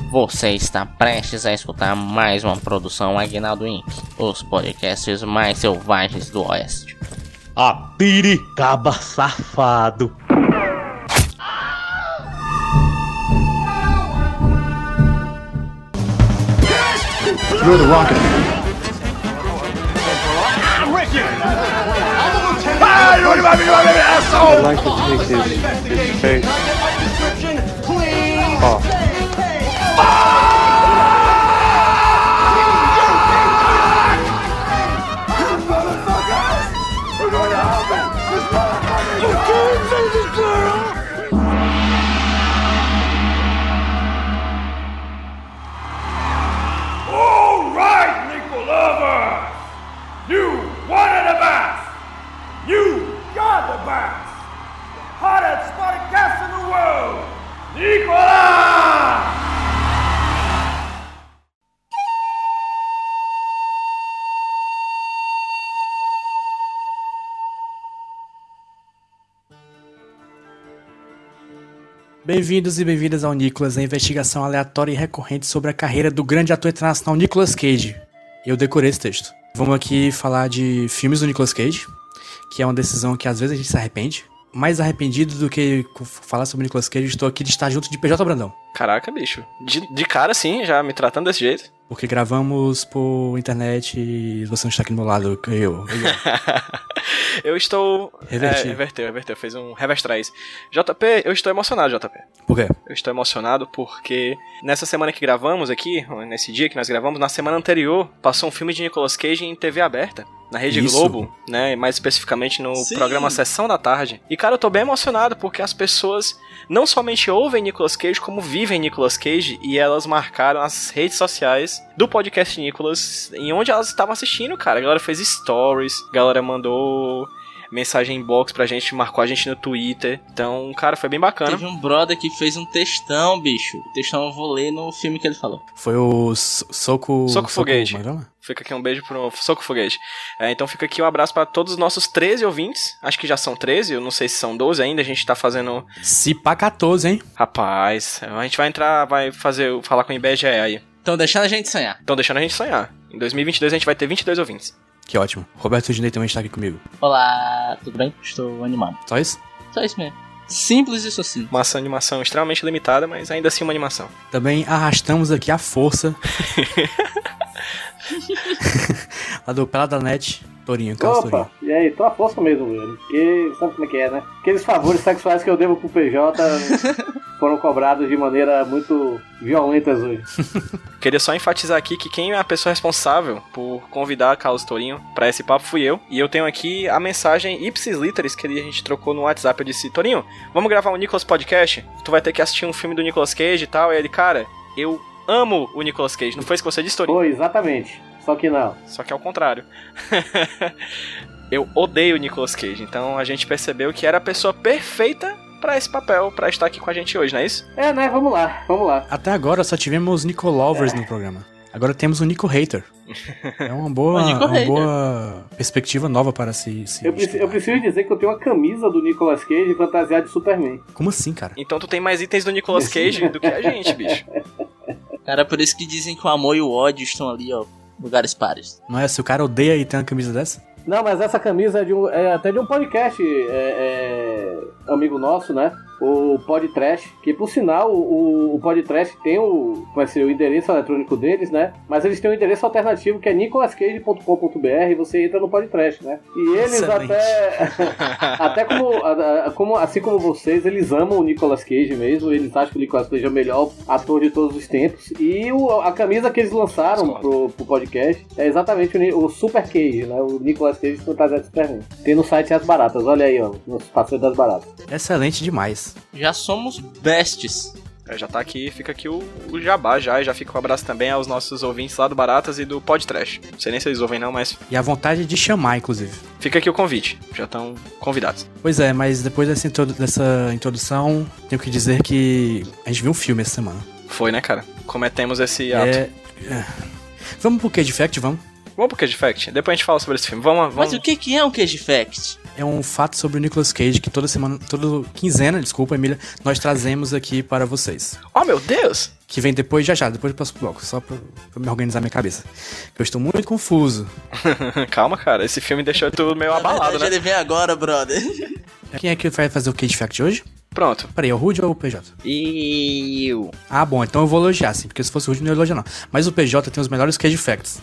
Você está prestes a escutar mais uma produção Aguinaldo Inc., os podcasts mais selvagens do Oeste. Atire, caba safado! You're the rocket man. I'm Ricky! I'm the lieutenant! Ah, you asshole! I'd like to take his face off. We're going to help him! This motherfucker! You can't save this girl! All right, Nico lovers! You wanted the best! You got the best! The hottest podcast in the world! Nicolas! Bem-vindos e bem-vindas ao Nicolas, a investigação aleatória e recorrente sobre a carreira do grande ator internacional Nicolas Cage. Eu decorei esse texto. Vamos aqui falar de filmes do Nicolas Cage, que é uma decisão que às vezes a gente se arrepende. Mais arrependido do que falar sobre o Nicolas Cage, estou aqui de estar junto de PJ Brandão. Caraca, bicho. De cara, sim, já me tratando desse jeito. Porque gravamos por internet e você não está aqui do meu lado, eu. Eu estou... Reverti. Reverteu. Fez um revestrais. JP, eu estou emocionado, JP. Por quê? Eu estou emocionado porque nessa semana que gravamos aqui, nesse dia que nós gravamos, na semana anterior, passou um filme de Nicolas Cage em TV aberta. Na Rede Globo, né, mais especificamente no programa Sessão da Tarde. E, cara, eu tô bem emocionado porque as pessoas não somente ouvem Nicolas Cage, como vivem Nicolas Cage, e elas marcaram as redes sociais do podcast Nicolas, em onde elas estavam assistindo, cara. A galera fez stories, a galera mandou mensagem inbox pra gente, marcou a gente no Twitter. Então, cara, foi bem bacana. Teve um brother que fez um textão, bicho. O textão eu vou ler no filme que ele falou. Foi o Soco Foguete. Soco, fica aqui um beijo pro Soco Foguete. Então fica aqui um abraço pra todos os nossos 13 ouvintes. Acho que já são 13, eu não sei se são 12 ainda. A gente tá fazendo... Se pá 14, hein? Rapaz, a gente vai entrar, falar com o IBGE aí. Estão deixando a gente sonhar. Em 2022 a gente vai ter 22 ouvintes. Que ótimo. Roberto Dinei também está aqui comigo. Olá, tudo bem? Estou animado. Só isso? Só isso mesmo. Simples e sucinto. Uma animação extremamente limitada, mas ainda assim uma animação. Também arrastamos aqui a força lá do Peladanet, Torinho, Carlos Torinho. Opa, e aí, tô a força mesmo, velho. Porque sabe como é que é, né? Aqueles favores sexuais que eu devo pro PJ foram cobrados de maneira muito violentas hoje. Queria só enfatizar aqui que quem é a pessoa responsável por convidar Carlos Torinho pra esse papo fui eu. E eu tenho aqui a mensagem ipsis literis que a gente trocou no WhatsApp. Eu disse, Torinho, vamos gravar um Nicolas Podcast? Tu vai ter que assistir um filme do Nicolas Cage e tal. E ele, cara, eu amo o Nicolas Cage. Não foi isso que você disse, Torinho? Foi, exatamente. Só que não. Só que é o contrário. Eu odeio o Nicolas Cage. Então a gente percebeu que era a pessoa perfeita pra esse papel, pra estar aqui com a gente hoje, não é isso? É, né? Vamos lá. Até agora só tivemos Nico Lovers no programa. Agora temos o Nico Hater. É uma boa perspectiva nova para se eu preciso dizer que eu tenho uma camisa do Nicolas Cage fantasiada de Superman. Como assim, cara? Então tu tem mais itens do Nicolas Cage do que a gente, bicho. Cara, por isso que dizem que o amor e o ódio estão ali, ó, lugares pares. Não é? Se o cara odeia e tem uma camisa dessa? Não, mas essa camisa é até de um podcast amigo nosso, né? O Podtrash, que por sinal o Podtrash tem o endereço eletrônico deles, né? Mas eles têm um endereço alternativo que é nicolascage.com.br e você entra no Podtrash, né? E eles assim como vocês, eles amam o Nicolas Cage mesmo, eles acham que o Nicolas Cage é o melhor ator de todos os tempos. E a camisa que eles lançaram pro podcast é exatamente o Super Cage, né? O Nicolas Cage fantasiado de Superman. Tem no site As Baratas, olha aí, ó, no parceiro das Baratas. Excelente demais. Já somos bestes. Já tá aqui, fica aqui o jabá já, e já fica um abraço também aos nossos ouvintes lá do Baratas e do Podtrash. Não sei nem se eles ouvem não, mas... E a vontade de chamar, inclusive. Fica aqui o convite, já estão convidados. Pois é, mas depois dessa introdução, tenho que dizer que a gente viu um filme essa semana. Foi, né, cara? Cometemos esse ato. Vamos pro Cage Fact, vamos? Vamos pro Cage Fact? Depois a gente fala sobre esse filme. Vamos. Mas o que é um Cage Fact? É um fato sobre o Nicolas Cage que toda quinzena, Emília, nós trazemos aqui para vocês. Oh, meu Deus! que vem depois, depois do próximo bloco, só pra me organizar minha cabeça. Eu estou muito confuso. Calma, cara, esse filme deixou tudo meio abalado, né? Ele vem agora, brother. Quem é que vai fazer o Cage Fact hoje? Pronto. Peraí, é o Rude ou o PJ? Eu. Ah, bom, então eu vou elogiar, sim, porque se fosse o Rude não ia elogiar, não. Mas o PJ tem os melhores Cage Facts.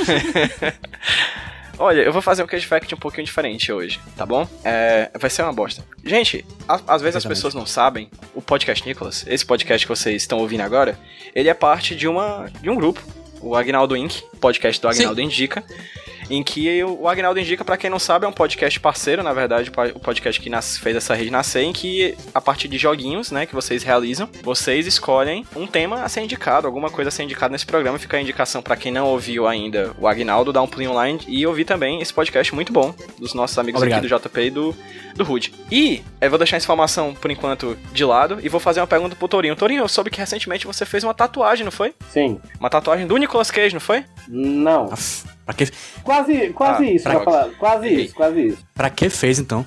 Olha, eu vou fazer um Cage Fact um pouquinho diferente hoje, tá bom? Vai ser uma bosta. Gente, às vezes as pessoas não sabem, o Podcast Nicolas, esse podcast que vocês estão ouvindo agora, ele é parte de um grupo, o Agnaldo Inc., podcast do Agnaldo Indica, em que o Agnaldo Indica, pra quem não sabe, é um podcast parceiro, na verdade, o podcast que fez essa rede nascer, em que, a partir de joguinhos, né, que vocês realizam, vocês escolhem um tema a ser indicado, alguma coisa a ser indicada nesse programa. Fica a indicação pra quem não ouviu ainda o Agnaldo, dá um pulinho lá e ouvir também esse podcast muito bom, dos nossos amigos aqui do JP e do Rude. E eu vou deixar essa informação, por enquanto, de lado, e vou fazer uma pergunta pro Torinho. Torinho, eu soube que recentemente você fez uma tatuagem, não foi? Sim. Uma tatuagem do Nicolas Cage, não foi? Não. Pra que... Quase isso, pra falar. Quase isso. Pra que fez, então?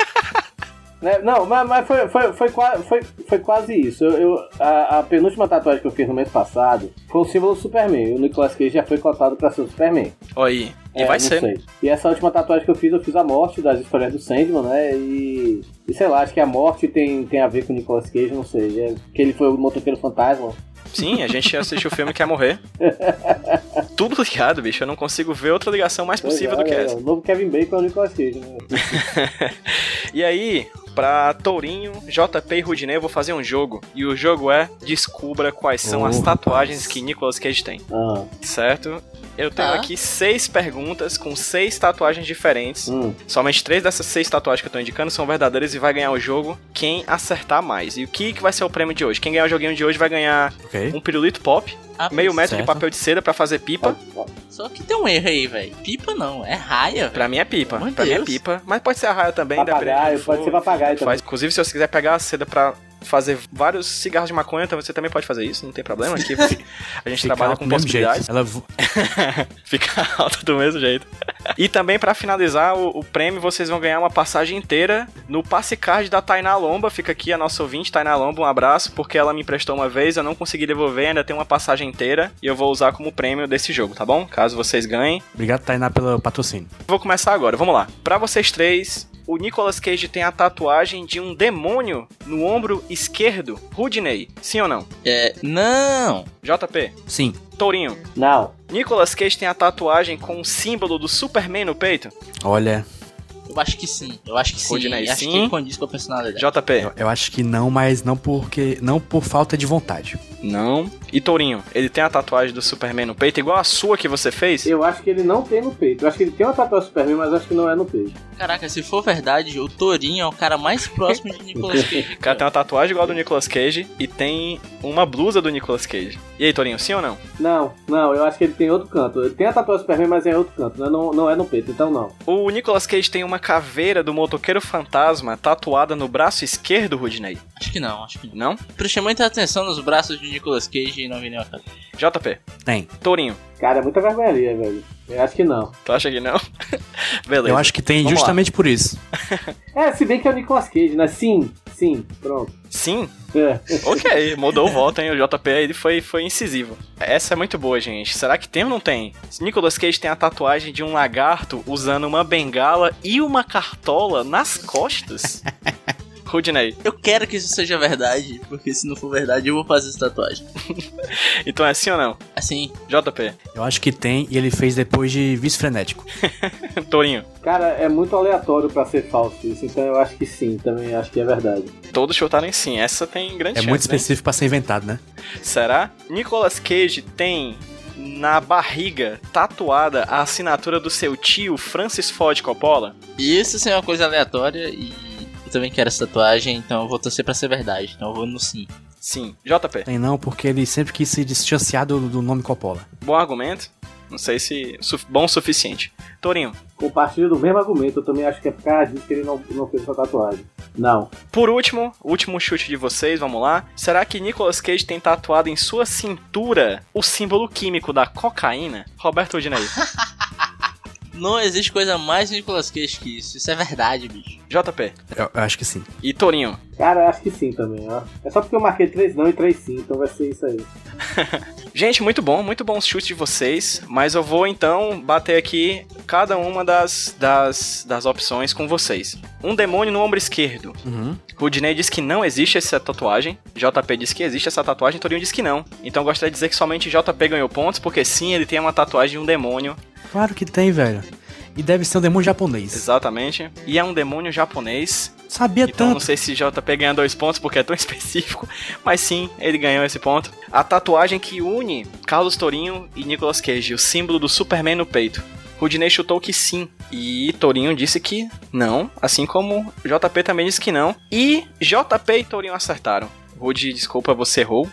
Não, mas foi quase isso. A penúltima tatuagem que eu fiz no mês passado foi o símbolo do Superman. O Nicolas Cage já foi cotado pra ser o Superman. Olha aí. E vai ser. Sei. E essa última tatuagem que eu fiz a morte das histórias do Sandman, né? E sei lá, acho que a morte tem a ver com o Nicolas Cage, não sei. Que ele foi o motoqueiro fantasma. Sim, a gente assistiu o filme Quer Morrer. Tudo ligado, bicho. Eu não consigo ver outra ligação mais possível do que essa. O novo Kevin Bacon é o Nicolas Cage, né? E aí, pra Tourinho, JP e Rudinei, eu vou fazer um jogo. E o jogo é Descubra quais são as tatuagens que Nicolas Cage tem. Certo? Eu tenho aqui 6 perguntas com 6 tatuagens diferentes. Somente 3 dessas 6 tatuagens que eu tô indicando são verdadeiras e vai ganhar o jogo quem acertar mais. E o que vai ser o prêmio de hoje? Quem ganhar o joguinho de hoje vai ganhar um pirulito pop, meio metro de papel de seda pra fazer pipa. Só que tem um erro aí, velho. Pipa não, é raia. Pra mim é pipa. Pra mim é pipa. Mas pode ser a raia também. Papagaio, pode ser papagaio também. Inclusive, se você quiser pegar a seda pra fazer vários cigarros de maconha, você também pode fazer isso, não tem problema. Aqui a gente trabalha com possibilidades. Fica alta do mesmo jeito. E também, pra finalizar o prêmio, vocês vão ganhar uma passagem inteira no Passecard da Tainá Lomba. Fica aqui a nossa ouvinte, Tainá Lomba, um abraço, porque ela me emprestou uma vez, eu não consegui devolver, ainda tem uma passagem inteira e eu vou usar como prêmio desse jogo, tá bom? Caso vocês ganhem. Obrigado, Tainá, pelo patrocínio. Vou começar agora, vamos lá. Pra vocês três, o Nicolas Cage tem a tatuagem de um demônio no ombro esquerdo. Rudinei, sim ou não? Não. JP? Sim. Tourinho? Não. Nicolas Cage tem a tatuagem com o símbolo do Superman no peito? Olha... Eu acho que sim. Rudinei, acho que ele condiz com a personalidade. JP? Eu acho que não, mas não por falta de vontade. Não. E Tourinho, ele tem a tatuagem do Superman no peito, igual a sua que você fez? Eu acho que ele não tem no peito. Eu acho que ele tem uma tatuagem do Superman, mas acho que não é no peito. Caraca, se for verdade, o Tourinho é o cara mais próximo de Nicolas Cage. O cara tem uma tatuagem igual a do Nicolas Cage e tem uma blusa do Nicolas Cage. E aí, Tourinho, sim ou não? Não, eu acho que ele tem outro canto. Ele tem a tatuagem do Superman, mas é em outro canto. Não é no peito, então não. O Nicolas Cage tem uma caveira do motoqueiro fantasma tatuada no braço esquerdo, Rudinei? Acho que não. Não? Prestei muita atenção nos braços de Nicolas Cage e não vi nenhuma cara. JP? Tem. Tourinho? Cara, é muita vergonharia, velho. Eu acho que não. Tu acha que não? Beleza. Eu acho que tem. Vamos justamente lá. Por isso. Se bem que é o Nicolas Cage, né? Sim, pronto. Sim? Ok, mudou o voto, hein? O JP aí foi incisivo. Essa é muito boa, gente. Será que tem ou não tem? Nicolas Cage tem a tatuagem de um lagarto usando uma bengala e uma cartola nas costas. Rudinei. Eu quero que isso seja verdade, porque se não for verdade eu vou fazer essa tatuagem. Então é sim ou não? É sim. JP? Eu acho que tem e ele fez depois de Vício Frenético. Tourinho? Cara, é muito aleatório pra ser falso isso, então eu acho que sim, também acho que é verdade. Todos chutaram em sim, essa tem grande chance, muito específico, né? Pra ser inventado, né? Será? Nicolas Cage tem na barriga tatuada a assinatura do seu tio Francis Ford Coppola? Isso sim é uma coisa aleatória e eu também quero essa tatuagem, então eu vou torcer pra ser verdade, então eu vou no sim. Sim. JP? Tem não, porque ele sempre quis se distanciar do nome Coppola. Bom argumento. Não sei se bom o suficiente. Tourinho? Compartilho do mesmo argumento. Eu também acho que é por causa disso que ele não fez essa tatuagem. Não. Por último, último chute de vocês, vamos lá. Será que Nicolas Cage tem tatuado em sua cintura o símbolo químico da cocaína? Roberto Rudinei? Não existe coisa mais Nicolas Cage que isso. Isso é verdade, bicho. JP. Eu acho que sim. E Torinho? Cara, eu acho que sim também, ó. É só porque eu marquei 3 não e 3 sim, então vai ser isso aí. Gente, muito bom os chutes de vocês, mas eu vou então bater aqui cada uma das opções com vocês. Um demônio no ombro esquerdo. Rudinei diz que não existe essa tatuagem, JP diz que existe essa tatuagem, Torinho diz que não. Então eu gostaria de dizer que somente JP ganhou pontos, porque sim, ele tem uma tatuagem de um demônio. Claro que tem, velho. E deve ser um demônio japonês. Exatamente. E é um demônio japonês. Sabia então, tanto. Não sei se JP ganha 2 pontos porque é tão específico, mas sim, ele ganhou esse ponto. A tatuagem que une Carlos Torinho e Nicolas Cage, o símbolo do Superman no peito. Rudinei chutou que sim, e Torinho disse que não, assim como JP também disse que não. E JP e Torinho acertaram. Rudy, desculpa, você errou.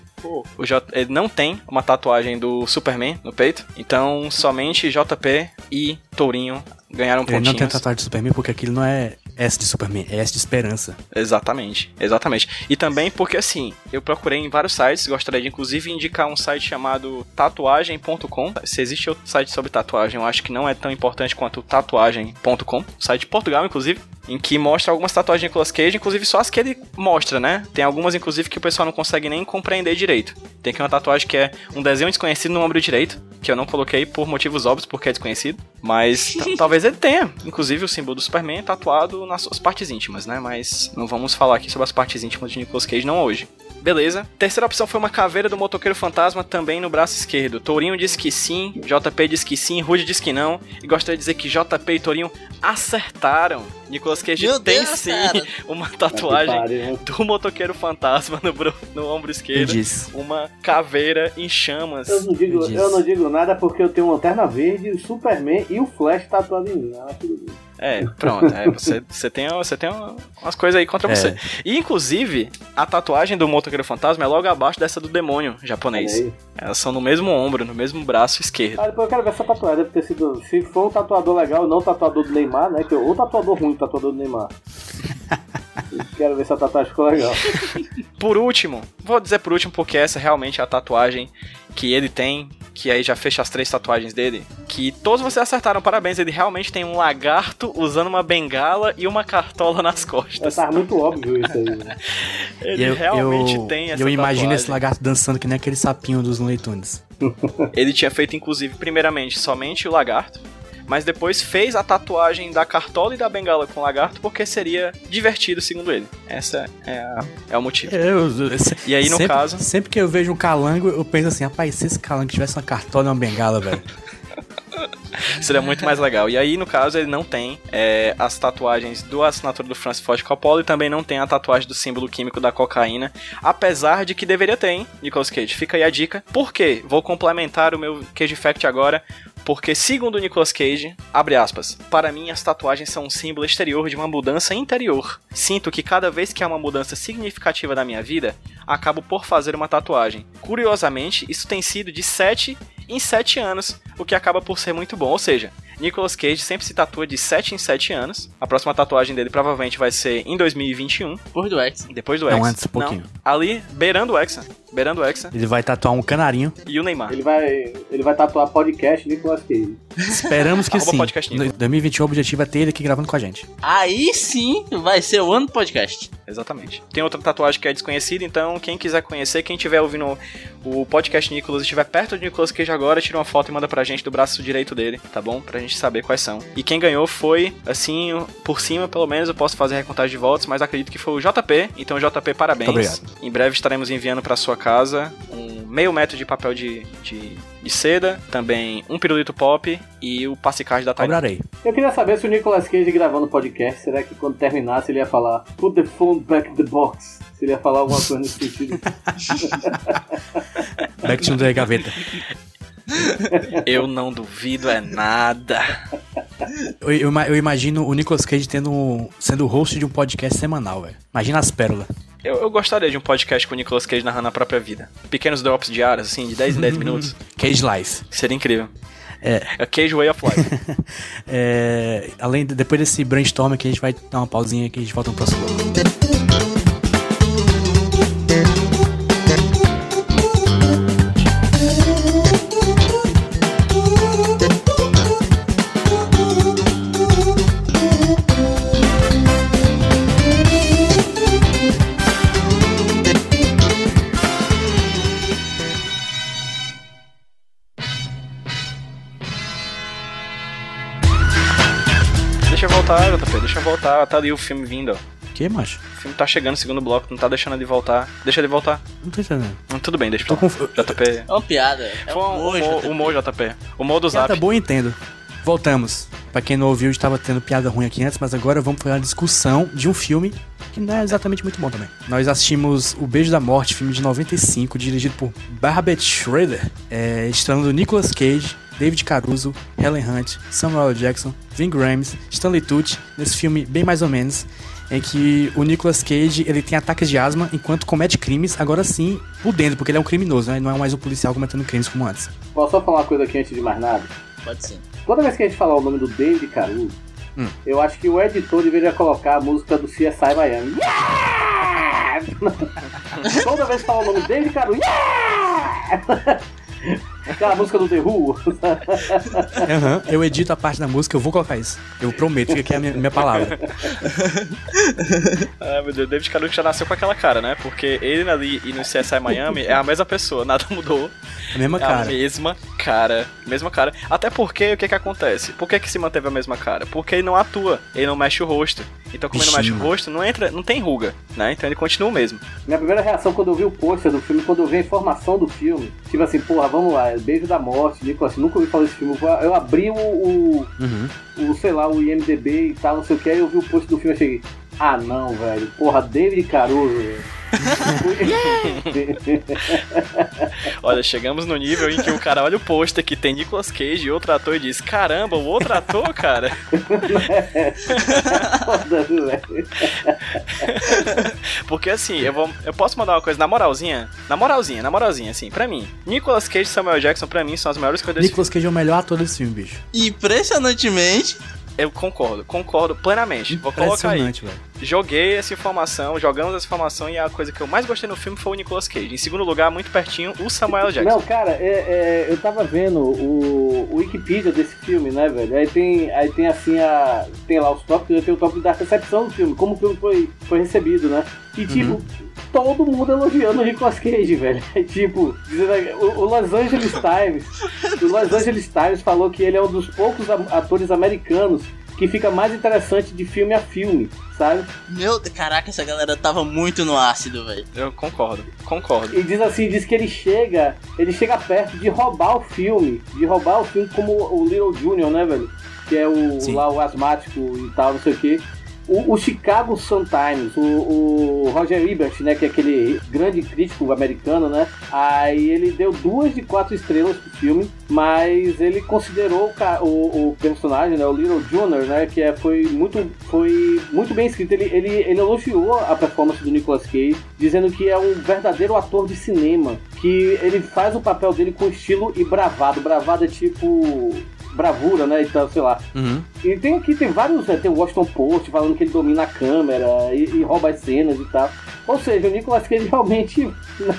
Ele não tem uma tatuagem do Superman no peito, então somente JP e Tourinho ganharam pontinhos. Ele não tem tatuagem de Superman porque aquilo não é S de Superman, é S de esperança. Exatamente. E também porque assim, eu procurei em vários sites, gostaria de inclusive indicar um site chamado tatuagem.com. Se existe outro site sobre tatuagem, eu acho que não é tão importante quanto tatuagem.com, site de Portugal inclusive, em que mostra algumas tatuagens de Nicolas Cage, inclusive só as que ele mostra, né? Tem algumas inclusive que o pessoal não consegue nem compreender direito. Tem aqui uma tatuagem que é um desenho desconhecido no ombro direito, que eu não coloquei por motivos óbvios, porque é desconhecido, mas talvez ele tenha, inclusive o símbolo do Superman tatuado nas suas partes íntimas, né? Mas não vamos falar aqui sobre as partes íntimas de Nicolas Cage, não hoje. Beleza. Terceira opção foi uma caveira do motoqueiro fantasma também no braço esquerdo. Tourinho disse que sim, JP disse que sim, Rudy disse que não. E gostaria de dizer que JP e Tourinho acertaram. Nicolas Cage tem sim uma tatuagem do motoqueiro fantasma no ombro esquerdo. Uma caveira em chamas. Eu não digo nada porque eu tenho uma lanterna verde, o Superman e o Flash tatuado em mim. Pronto. Você tem umas coisas aí contra você. E, inclusive, a tatuagem do motoqueiro fantasma é logo abaixo dessa do demônio japonês. Elas são no mesmo ombro, no mesmo braço esquerdo. Depois eu quero ver essa tatuagem. Deve ter sido... Se for um tatuador legal, não o tatuador do Neymar, né? Ou tatuador ruim, tatuador do Neymar. Quero ver se a tatuagem ficou legal. Por último, vou dizer por último porque essa realmente é a tatuagem que ele tem, que aí já fecha as 3 tatuagens dele, que todos vocês acertaram, parabéns, ele realmente tem um lagarto usando uma bengala e uma cartola nas costas. Tá muito óbvio isso aí, né? Ele realmente tem essa Eu imagino tatuagem. esse lagarto dançando que nem aquele sapinho dos Looney Tunes. Ele tinha feito, inclusive, primeiramente, somente o lagarto, mas depois fez a tatuagem da cartola e da bengala com o lagarto porque seria divertido, segundo ele. Essa é o motivo. E aí, no caso... Sempre que eu vejo um calango, eu penso assim, rapaz, se esse calango tivesse uma cartola e uma bengala, velho... Seria muito mais legal. E aí, no caso, ele não tem as tatuagens da assinatura do Francis Ford Coppola e também não tem a tatuagem do símbolo químico da cocaína, apesar de que deveria ter, hein, Nicolas Cage. Fica aí a dica. Por quê? Vou complementar o meu Cage Fact agora, porque segundo o Nicolas Cage, abre aspas, para mim as tatuagens são um símbolo exterior de uma mudança interior. Sinto que cada vez que há uma mudança significativa na minha vida, acabo por fazer uma tatuagem. Curiosamente, isso tem sido de 7 em 7 anos, o que acaba por ser muito bom. Ou seja, Nicolas Cage sempre se tatua de 7 em 7 anos. A próxima tatuagem dele provavelmente vai ser em 2021. Depois do X. Depois do X. Não, antes um pouquinho. Não, ali, beirando o Hexa. Ele vai tatuar um canarinho. E o Neymar. Ele vai tatuar podcast Nicolas Cage. Esperamos que sim. Em 2021 o objetivo é ter ele aqui gravando com a gente. Aí sim vai ser o ano do podcast. Exatamente. Tem outra tatuagem que é desconhecida, então quem quiser conhecer, quem estiver ouvindo o podcast Nicolas e estiver perto do Nicolas Cage agora, tira uma foto e manda pra gente do braço direito dele, tá bom? Pra gente saber quais são. E quem ganhou foi, assim, por cima, pelo menos, eu posso fazer a recontagem de votos, mas acredito que foi o JP. Então, JP, parabéns. Muito obrigado. Em breve estaremos enviando pra sua casa meio metro de papel de seda, também um pirulito pop e o passicard da Tainá. Cobrarei. Eu queria saber se o Nicolas Cage gravando o podcast, será que quando terminasse ele ia falar Put the phone back in the box? Se ele ia falar alguma coisa nesse sentido. Back to the gaveta. Eu não duvido nada. Eu imagino o Nicolas Cage sendo o host de um podcast semanal, velho. Imagina as pérolas. Eu gostaria de um podcast com o Nicolas Cage narrando a própria vida. Pequenos drops diários, assim, de 10 em 10 minutos. Cage Life. Seria incrível. A Cage Way of Life. Depois desse brainstorm aqui, a gente vai dar uma pausinha aqui e a gente volta no próximo bloco. voltar, JP, deixa voltar. Tá ali o filme vindo, ó. Que, macho? O filme tá chegando no segundo bloco, não tá deixando ele voltar. Deixa ele voltar. Não tô entendendo. Tudo bem, deixa pra lá. JP. É uma piada. É Foi um humor, JP. Humor do Piada Zap. boa, entendo. Voltamos. Pra quem não ouviu, estava tendo piada ruim aqui antes, mas agora vamos fazer uma discussão de um filme que não é exatamente muito bom também. Nós assistimos O Beijo da Morte, filme de 95, dirigido por Barbet Schroeder, estrelando Nicolas Cage, David Caruso, Helen Hunt, Samuel L. Jackson, Ving Rhames, Stanley Tucci, nesse filme bem mais ou menos, em que o Nicolas Cage ele tem ataques de asma enquanto comete crimes, agora sim, por dentro, porque ele é um criminoso, né? Ele não é mais um policial cometendo crimes como antes. Posso só falar uma coisa aqui antes de mais nada? Pode ser. Toda vez que a gente falar o nome do David Caruso, eu acho que o editor deveria colocar a música do CSI Miami. Yeah! Toda vez que falar o nome do David Caruso, yeah! Aquela música do The Who. Eu edito a parte da música, eu vou colocar isso. Eu prometo, fica aqui a minha palavra. Ah, meu Deus, o David Caruso já nasceu com aquela cara, né? Porque ele ali e no CSI Miami é a mesma pessoa, nada mudou. A mesma cara. A mesma cara. Até porque, o que acontece? Por que se manteve a mesma cara? Porque ele não atua, ele não mexe o rosto. Então como ele não mexe o rosto, não tem ruga, né? Então ele continua o mesmo. Minha primeira reação quando eu vi o pôster do filme, quando eu vi a informação do filme, tipo assim, porra, vamos lá, Beijo da Morte, Nicolas, assim, nunca ouvi falar desse filme. Eu abri o sei lá, o IMDB e tal, não sei o que, aí eu vi o pôster do filme e cheguei, ah não, velho, porra, David Caruso, velho. Olha, chegamos no nível em que o cara olha o pôster que tem Nicolas Cage e outro ator e diz, caramba, o outro ator, cara. Porque assim, eu posso mandar uma coisa na moralzinha, assim, pra mim, Nicolas Cage e Samuel Jackson pra mim são as melhores coisas desse Nicolas Cage é o melhor ator desse filme, bicho. Impressionantemente. Eu concordo plenamente. Vou colocar aí. Velho. Jogamos essa informação e a coisa que eu mais gostei no filme foi o Nicolas Cage. Em segundo lugar, muito pertinho, o Samuel Jackson. Não, cara, eu tava vendo o Wikipedia desse filme, né, velho? Aí tem assim, tem lá os tópicos, tem o tópico da recepção do filme, como o filme foi recebido, né? E tipo, todo mundo elogiando o Nicolas Cage, velho. É, tipo, o Los Angeles Times falou que ele é um dos poucos atores americanos que fica mais interessante de filme a filme, sabe? Caraca, essa galera tava muito no ácido, velho. Eu concordo. E diz que ele chega perto de roubar o filme como o Little Junior, né, velho? Que é o asmático e tal, não sei o quê. O Chicago Sun-Times, o Roger Ebert, né, que é aquele grande crítico americano, né, aí ele deu 2 de 4 estrelas pro filme, mas ele considerou o personagem, né, o Little Junior, né, que foi muito bem escrito. Ele elogiou a performance do Nicolas Cage, dizendo que é um verdadeiro ator de cinema, que ele faz o papel dele com estilo e bravado. Bravado é tipo bravura, né, então, sei lá. E tem vários, né, tem o Washington Post falando que ele domina a câmera e rouba as cenas e tal. Ou seja, o Nicolas Cage realmente,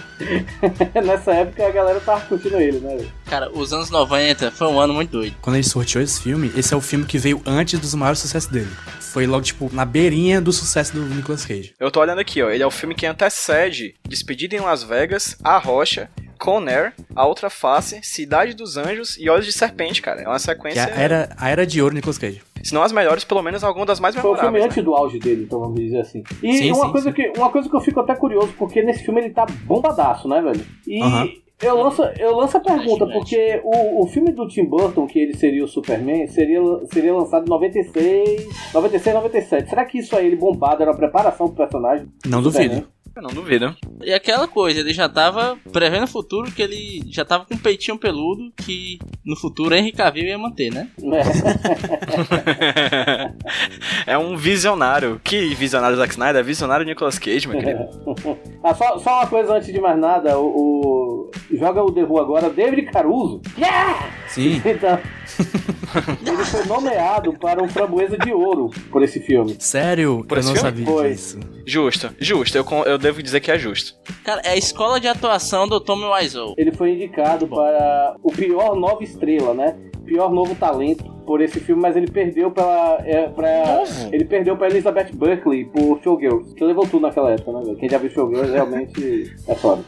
nessa época a galera tava curtindo ele, né? Cara, os anos 90 foi um ano muito doido. Quando ele sorteou esse filme, esse é o filme que veio antes dos maiores sucessos dele. Foi logo, tipo, na beirinha do sucesso do Nicolas Cage. Eu tô olhando aqui, ó, ele é o filme que antecede Despedida em Las Vegas, A Rocha, Con Air, A Outra Face, Cidade dos Anjos e Olhos de Serpente, cara. É uma sequência... Que a era de ouro do Nicolas Cage. Se não as melhores, pelo menos algumas das mais memoráveis. Foi o filme antes do auge dele, então vamos dizer assim. E uma coisa que eu fico até curioso, porque nesse filme ele tá bombadaço, né, velho? E eu lanço a pergunta, porque o filme do Tim Burton, que ele seria o Superman, seria lançado em 96, 97. Será que isso aí, ele bombado, era uma preparação pro personagem? Não duvido. Eu não duvido. E aquela coisa, ele já tava prevendo o futuro, que ele já tava com um peitinho peludo, que no futuro Henry Cavill ia manter, né? É um visionário. Que visionário Zack Snyder? É visionário Nicolas Cage, meu querido. Só uma coisa antes de mais nada, joga o The Who agora, David Caruso. Yeah! Sim. Então, ele foi nomeado para um Framboesa de Ouro por esse filme. Sério? Por eu não sabia disso. Justo. Eu devo dizer que é justo. Cara, é a escola de atuação do Tommy Wiseau. Ele foi indicado para o pior nova estrela, né? Pior novo talento por esse filme, mas ele perdeu ele perdeu pra Elizabeth Berkley por Showgirls. Que levou tudo naquela época, né? Quem já viu Showgirls realmente é foda.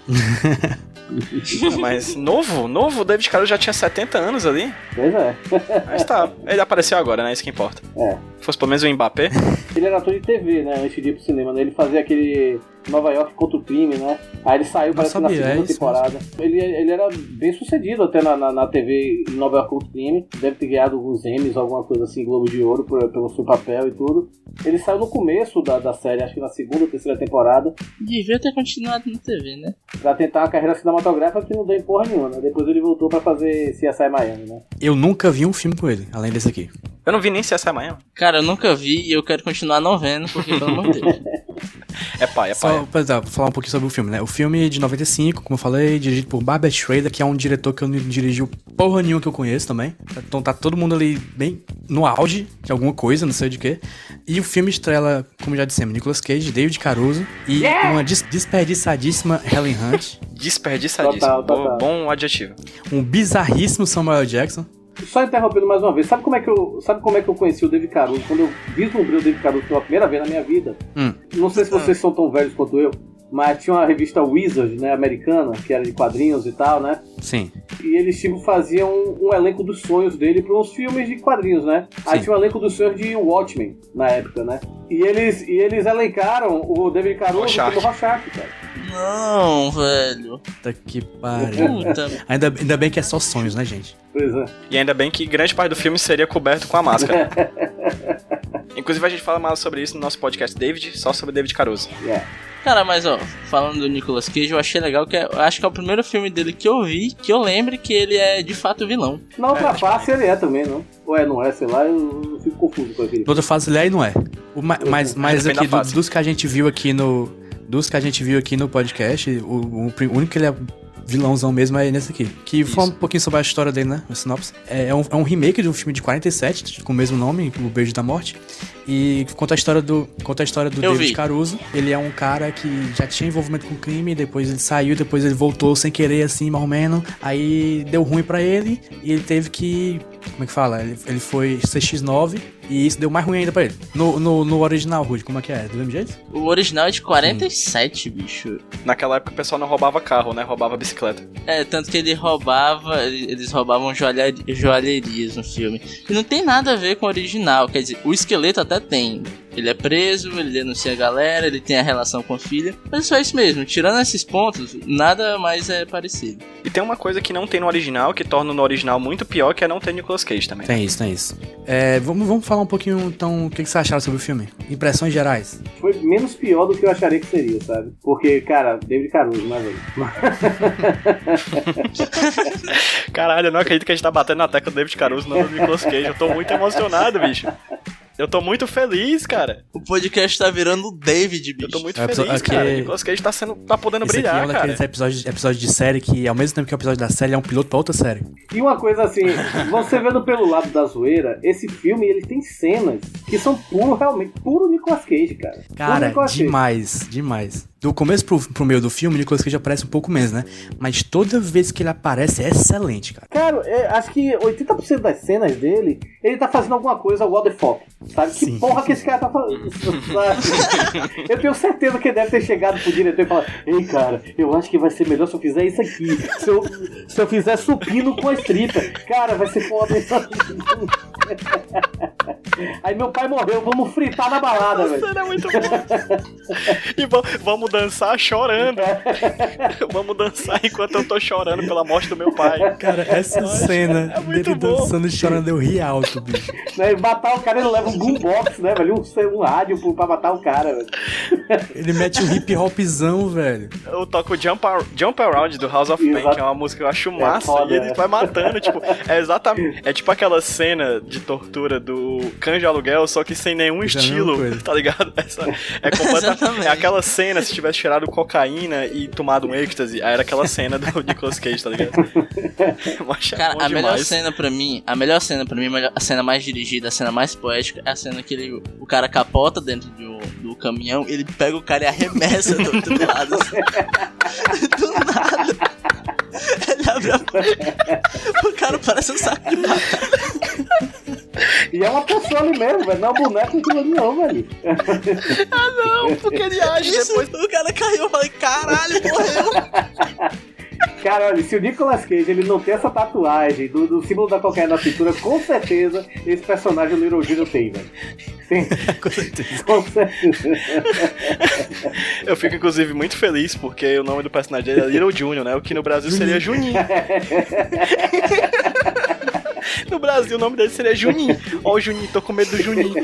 Mas novo, o David Caruso já tinha 70 anos ali. Pois é. Mas tá, ele apareceu agora, né? Isso que importa. Fosse pelo menos o Mbappé. Ele era ator de TV, né? Antes de ir pro cinema, né? Ele fazia aquele Nova York contra o crime, né? Aí ele saiu, parece que na segunda temporada. Ele era bem sucedido até na TV Nova York contra o crime. Deve ter ganhado alguns Emmys, alguma coisa assim, Globo de Ouro, pelo seu papel e tudo. Ele saiu no começo da série, acho que na segunda ou terceira temporada. Devia ter continuado na TV, né? Pra tentar uma carreira cinematográfica que não deu em porra nenhuma, né? Depois ele voltou pra fazer CSI Miami, né? Eu nunca vi um filme com ele, além desse aqui. Eu não vi nem CSI Miami. Cara, eu nunca vi e eu quero continuar não vendo, porque pelo amor de Deus. É pai. Só pra falar um pouquinho sobre o filme, né? O filme de 95, como eu falei, dirigido por Barbara Schrader, que é um diretor que eu não dirigiu porra nenhuma que eu conheço também. Então tá todo mundo ali bem no auge de alguma coisa, não sei de quê. E o filme estrela, como já dissemos, Nicolas Cage, David Caruso e uma desperdiçadíssima Helen Hunt. Desperdiçadíssima. Total. Bom adjetivo. Um bizarríssimo Samuel Jackson. Só interrompendo mais uma vez, sabe como é que eu conheci o David Caruso? Quando eu vislumbrei o David Caruso pela primeira vez na minha vida, não sei se vocês são tão velhos quanto eu, mas tinha uma revista Wizard, né, americana, que era de quadrinhos e tal, né? Sim. E eles faziam um elenco dos sonhos dele para uns filmes de quadrinhos, né? Aí tinha um elenco dos sonhos de Watchmen na época, né? E eles elencaram o David Caruso como Rorschach, cara. Não, velho. Puta que pariu. Ainda bem que é só sonhos, né, gente? Pois é. E ainda bem que grande parte do filme seria coberto com a máscara. Inclusive a gente fala mais sobre isso no nosso podcast David, só sobre David Caruso. Cara, mas ó, falando do Nicolas Cage, eu achei legal que eu acho que é o primeiro filme dele que eu vi, que eu lembre que ele é de fato vilão. Na outra face ele é também, não? Ou não é, sei lá, eu fico confuso com aquele. Na outra face ele é e não é. Mas aqui, dos que a gente viu aqui no podcast, o único que ele é vilãozão mesmo é nesse aqui. Que fala um pouquinho sobre a história dele, né? O sinopse. É um remake de um filme de 47, com o mesmo nome, O Beijo da Morte. E conta a história do David Caruso. Ele é um cara que já tinha envolvimento com crime, depois ele saiu, depois ele voltou sem querer, assim, mais ou menos. Aí deu ruim pra ele e ele teve que... Como é que fala? Ele foi CX9 e isso deu mais ruim ainda pra ele. No original, Rudy, como é que é? Do mesmo jeito? O original é de 47, bicho. Naquela época o pessoal não roubava carro, né? Roubava bicicleta. Tanto que eles roubavam joalherias no filme. E não tem nada a ver com o original, quer dizer, o esqueleto até tem. Ele é preso, ele denuncia a galera, ele tem a relação com a filha. Mas é só isso mesmo, tirando esses pontos, nada mais é parecido. E tem uma coisa que não tem no original, que torna no original muito pior, que é não ter Nicolas Cage também. Tem isso. Vamos falar um pouquinho, então, o que vocês acharam sobre o filme? Impressões gerais. Foi menos pior do que eu acharia que seria, sabe? Porque, cara, David Caruso, né, velho? Caralho, eu não acredito que a gente tá batendo na tecla do David Caruso, não do Nicolas Cage. Eu tô muito emocionado, bicho. Eu tô muito feliz, cara. O podcast tá virando o David, bicho. Eu tô muito feliz, cara. O Nicolas Cage tá podendo brilhar, aqui é um daqueles episódios de série que, ao mesmo tempo que é o episódio da série, é um piloto pra outra série. E uma coisa assim, você vendo pelo lado da zoeira, esse filme, ele tem cenas que são puro Nicolas Cage, cara. Cara, demais. Do começo pro meio do filme, o Nicolas Cage aparece um pouco menos, né? Mas toda vez que ele aparece é excelente, cara. Cara, acho que 80% das cenas dele, ele tá fazendo alguma coisa what the fuck, sabe? Sim. Que porra que esse cara tá fazendo? Eu tenho certeza que ele deve ter chegado pro diretor e falar: ei, cara, eu acho que vai ser melhor se eu fizer isso aqui. Se eu fizer supino com a stripper. Cara, vai ser foda isso aqui. Aí meu pai morreu, vamos fritar na balada, velho. Isso é muito bom. E vamos dançar chorando. Vamos dançar enquanto eu tô chorando pela morte do meu pai. Cara, essa cena dele dançando e chorando, eu ri alto, bicho. Né, matar o cara, ele leva um boombox, né, velho? Um rádio pra matar o cara, velho. Ele mete um hip hopzão, velho. Eu toco Jump Around do House of Pain, que é uma música que eu acho massa, foda, e ele vai matando, tipo, é tipo aquela cena de tortura do Cães de Aluguel, só que sem nenhum estilo, tá ligado? É aquela cena, se tivesse cheirado cocaína e tomado um êxtase, aí era aquela cena do Nicolas Cage, tá ligado? Cara, a melhor cena pra mim, a cena mais dirigida, a cena mais poética, é a cena que o cara capota dentro do caminhão, ele pega o cara e arremessa do outro lado. Do nada. Ele abre a porta. O cara parece um saco de batata. E é uma pessoa ali mesmo, velho. Não é um boneco aquilo não, velho. Ah, não, porque ele age depois. O cara caiu, eu falei, caralho, morreu. Cara, olha, se o Nicolas Cage ele não tem essa tatuagem do símbolo da cocaína na cintura, com certeza esse personagem do Little Junior tem, velho. Tem. Com certeza. Com certeza. Eu fico, inclusive, muito feliz porque o nome do personagem dele é Little Junior, né? O que no Brasil seria Juninho. No Brasil o nome dele seria Juninho. Ó o Juninho, tô com medo do Juninho.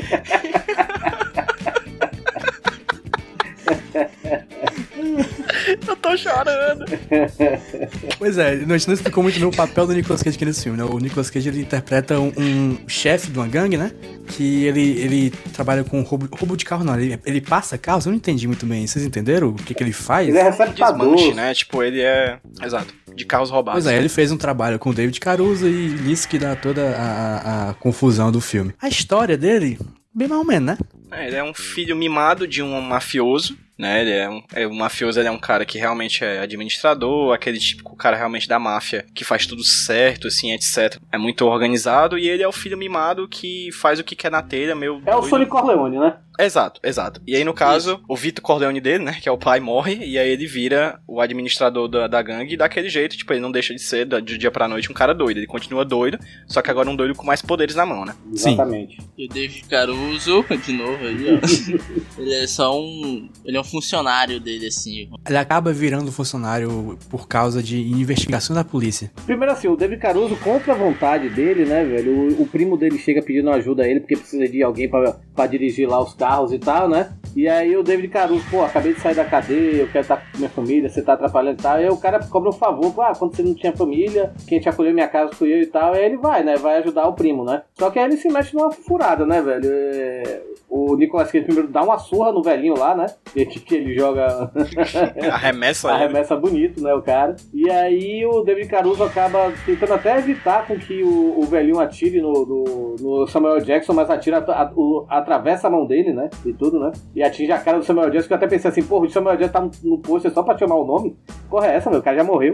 Eu tô chorando. Pois é, a gente não explicou muito bem o papel do Nicolas Cage aqui nesse filme, né? O Nicolas Cage, ele interpreta um chefe de uma gangue, né? Que ele trabalha com roubo de carro, não. Ele passa carros, eu não entendi muito bem. Vocês entenderam o que ele faz? Ele é receptador. Desmanche, né? Tipo, ele é... Exato. De carros roubados. Pois é, ele fez um trabalho com o David Caruso e nisso que dá toda a confusão do filme. A história dele, bem mais ou menos, né? Ele é um filho mimado de um mafioso, né? O mafioso, ele é um cara que realmente é administrador, aquele típico cara realmente da máfia, que faz tudo certo, assim, etc. É muito organizado, e ele é o filho mimado que faz o que quer na telha, meu... É o Sonny Corleone, né? Exato. E aí, no caso, o Vito Corleone dele, né, que é o pai, morre, e aí ele vira o administrador da gangue daquele jeito, tipo, ele não deixa de ser, de dia pra noite, um cara doido. Ele continua doido, só que agora um doido com mais poderes na mão, né? Exatamente. Sim. E o David Caruso, de novo aí, ó. Ele é só ele é um funcionário dele, assim. Ele acaba virando funcionário por causa de investigação da polícia. Primeiro assim, o David Caruso, contra a vontade dele, né, velho? O primo dele chega pedindo ajuda a ele, porque precisa de alguém pra dirigir lá os carros e tal, né? E aí o David Caruso, pô, acabei de sair da cadeia, eu quero estar com minha família, você tá atrapalhando e tal. E aí o cara cobra um favor, pô, quando você não tinha família, quem te acolheu em minha casa fui eu e tal. E aí ele vai, né? Vai ajudar o primo, né? Só que aí ele se mexe numa furada, né, velho? O Nicolas Cage primeiro dá uma surra no velhinho lá, né? Que ele joga... Arremessa bonito, né, o cara. E aí o David Caruso acaba tentando até evitar com que o velhinho atire no Samuel Jackson, mas atravessa a mão dele, né? E tudo, né? E atinge a cara do Samuel Jackson, que eu até pensei assim, porra, o Samuel Jackson tá no pôster só pra te chamar o nome? Porra é essa, meu? O cara já morreu.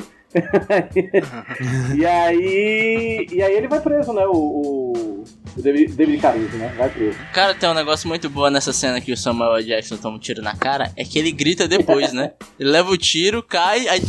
E aí ele vai preso, né? O David Caruso, né? Vai preso. Cara, tem um negócio muito bom nessa cena que o Samuel Jackson toma um tiro na cara, é que ele grita depois, né? Ele leva o tiro, cai, aí...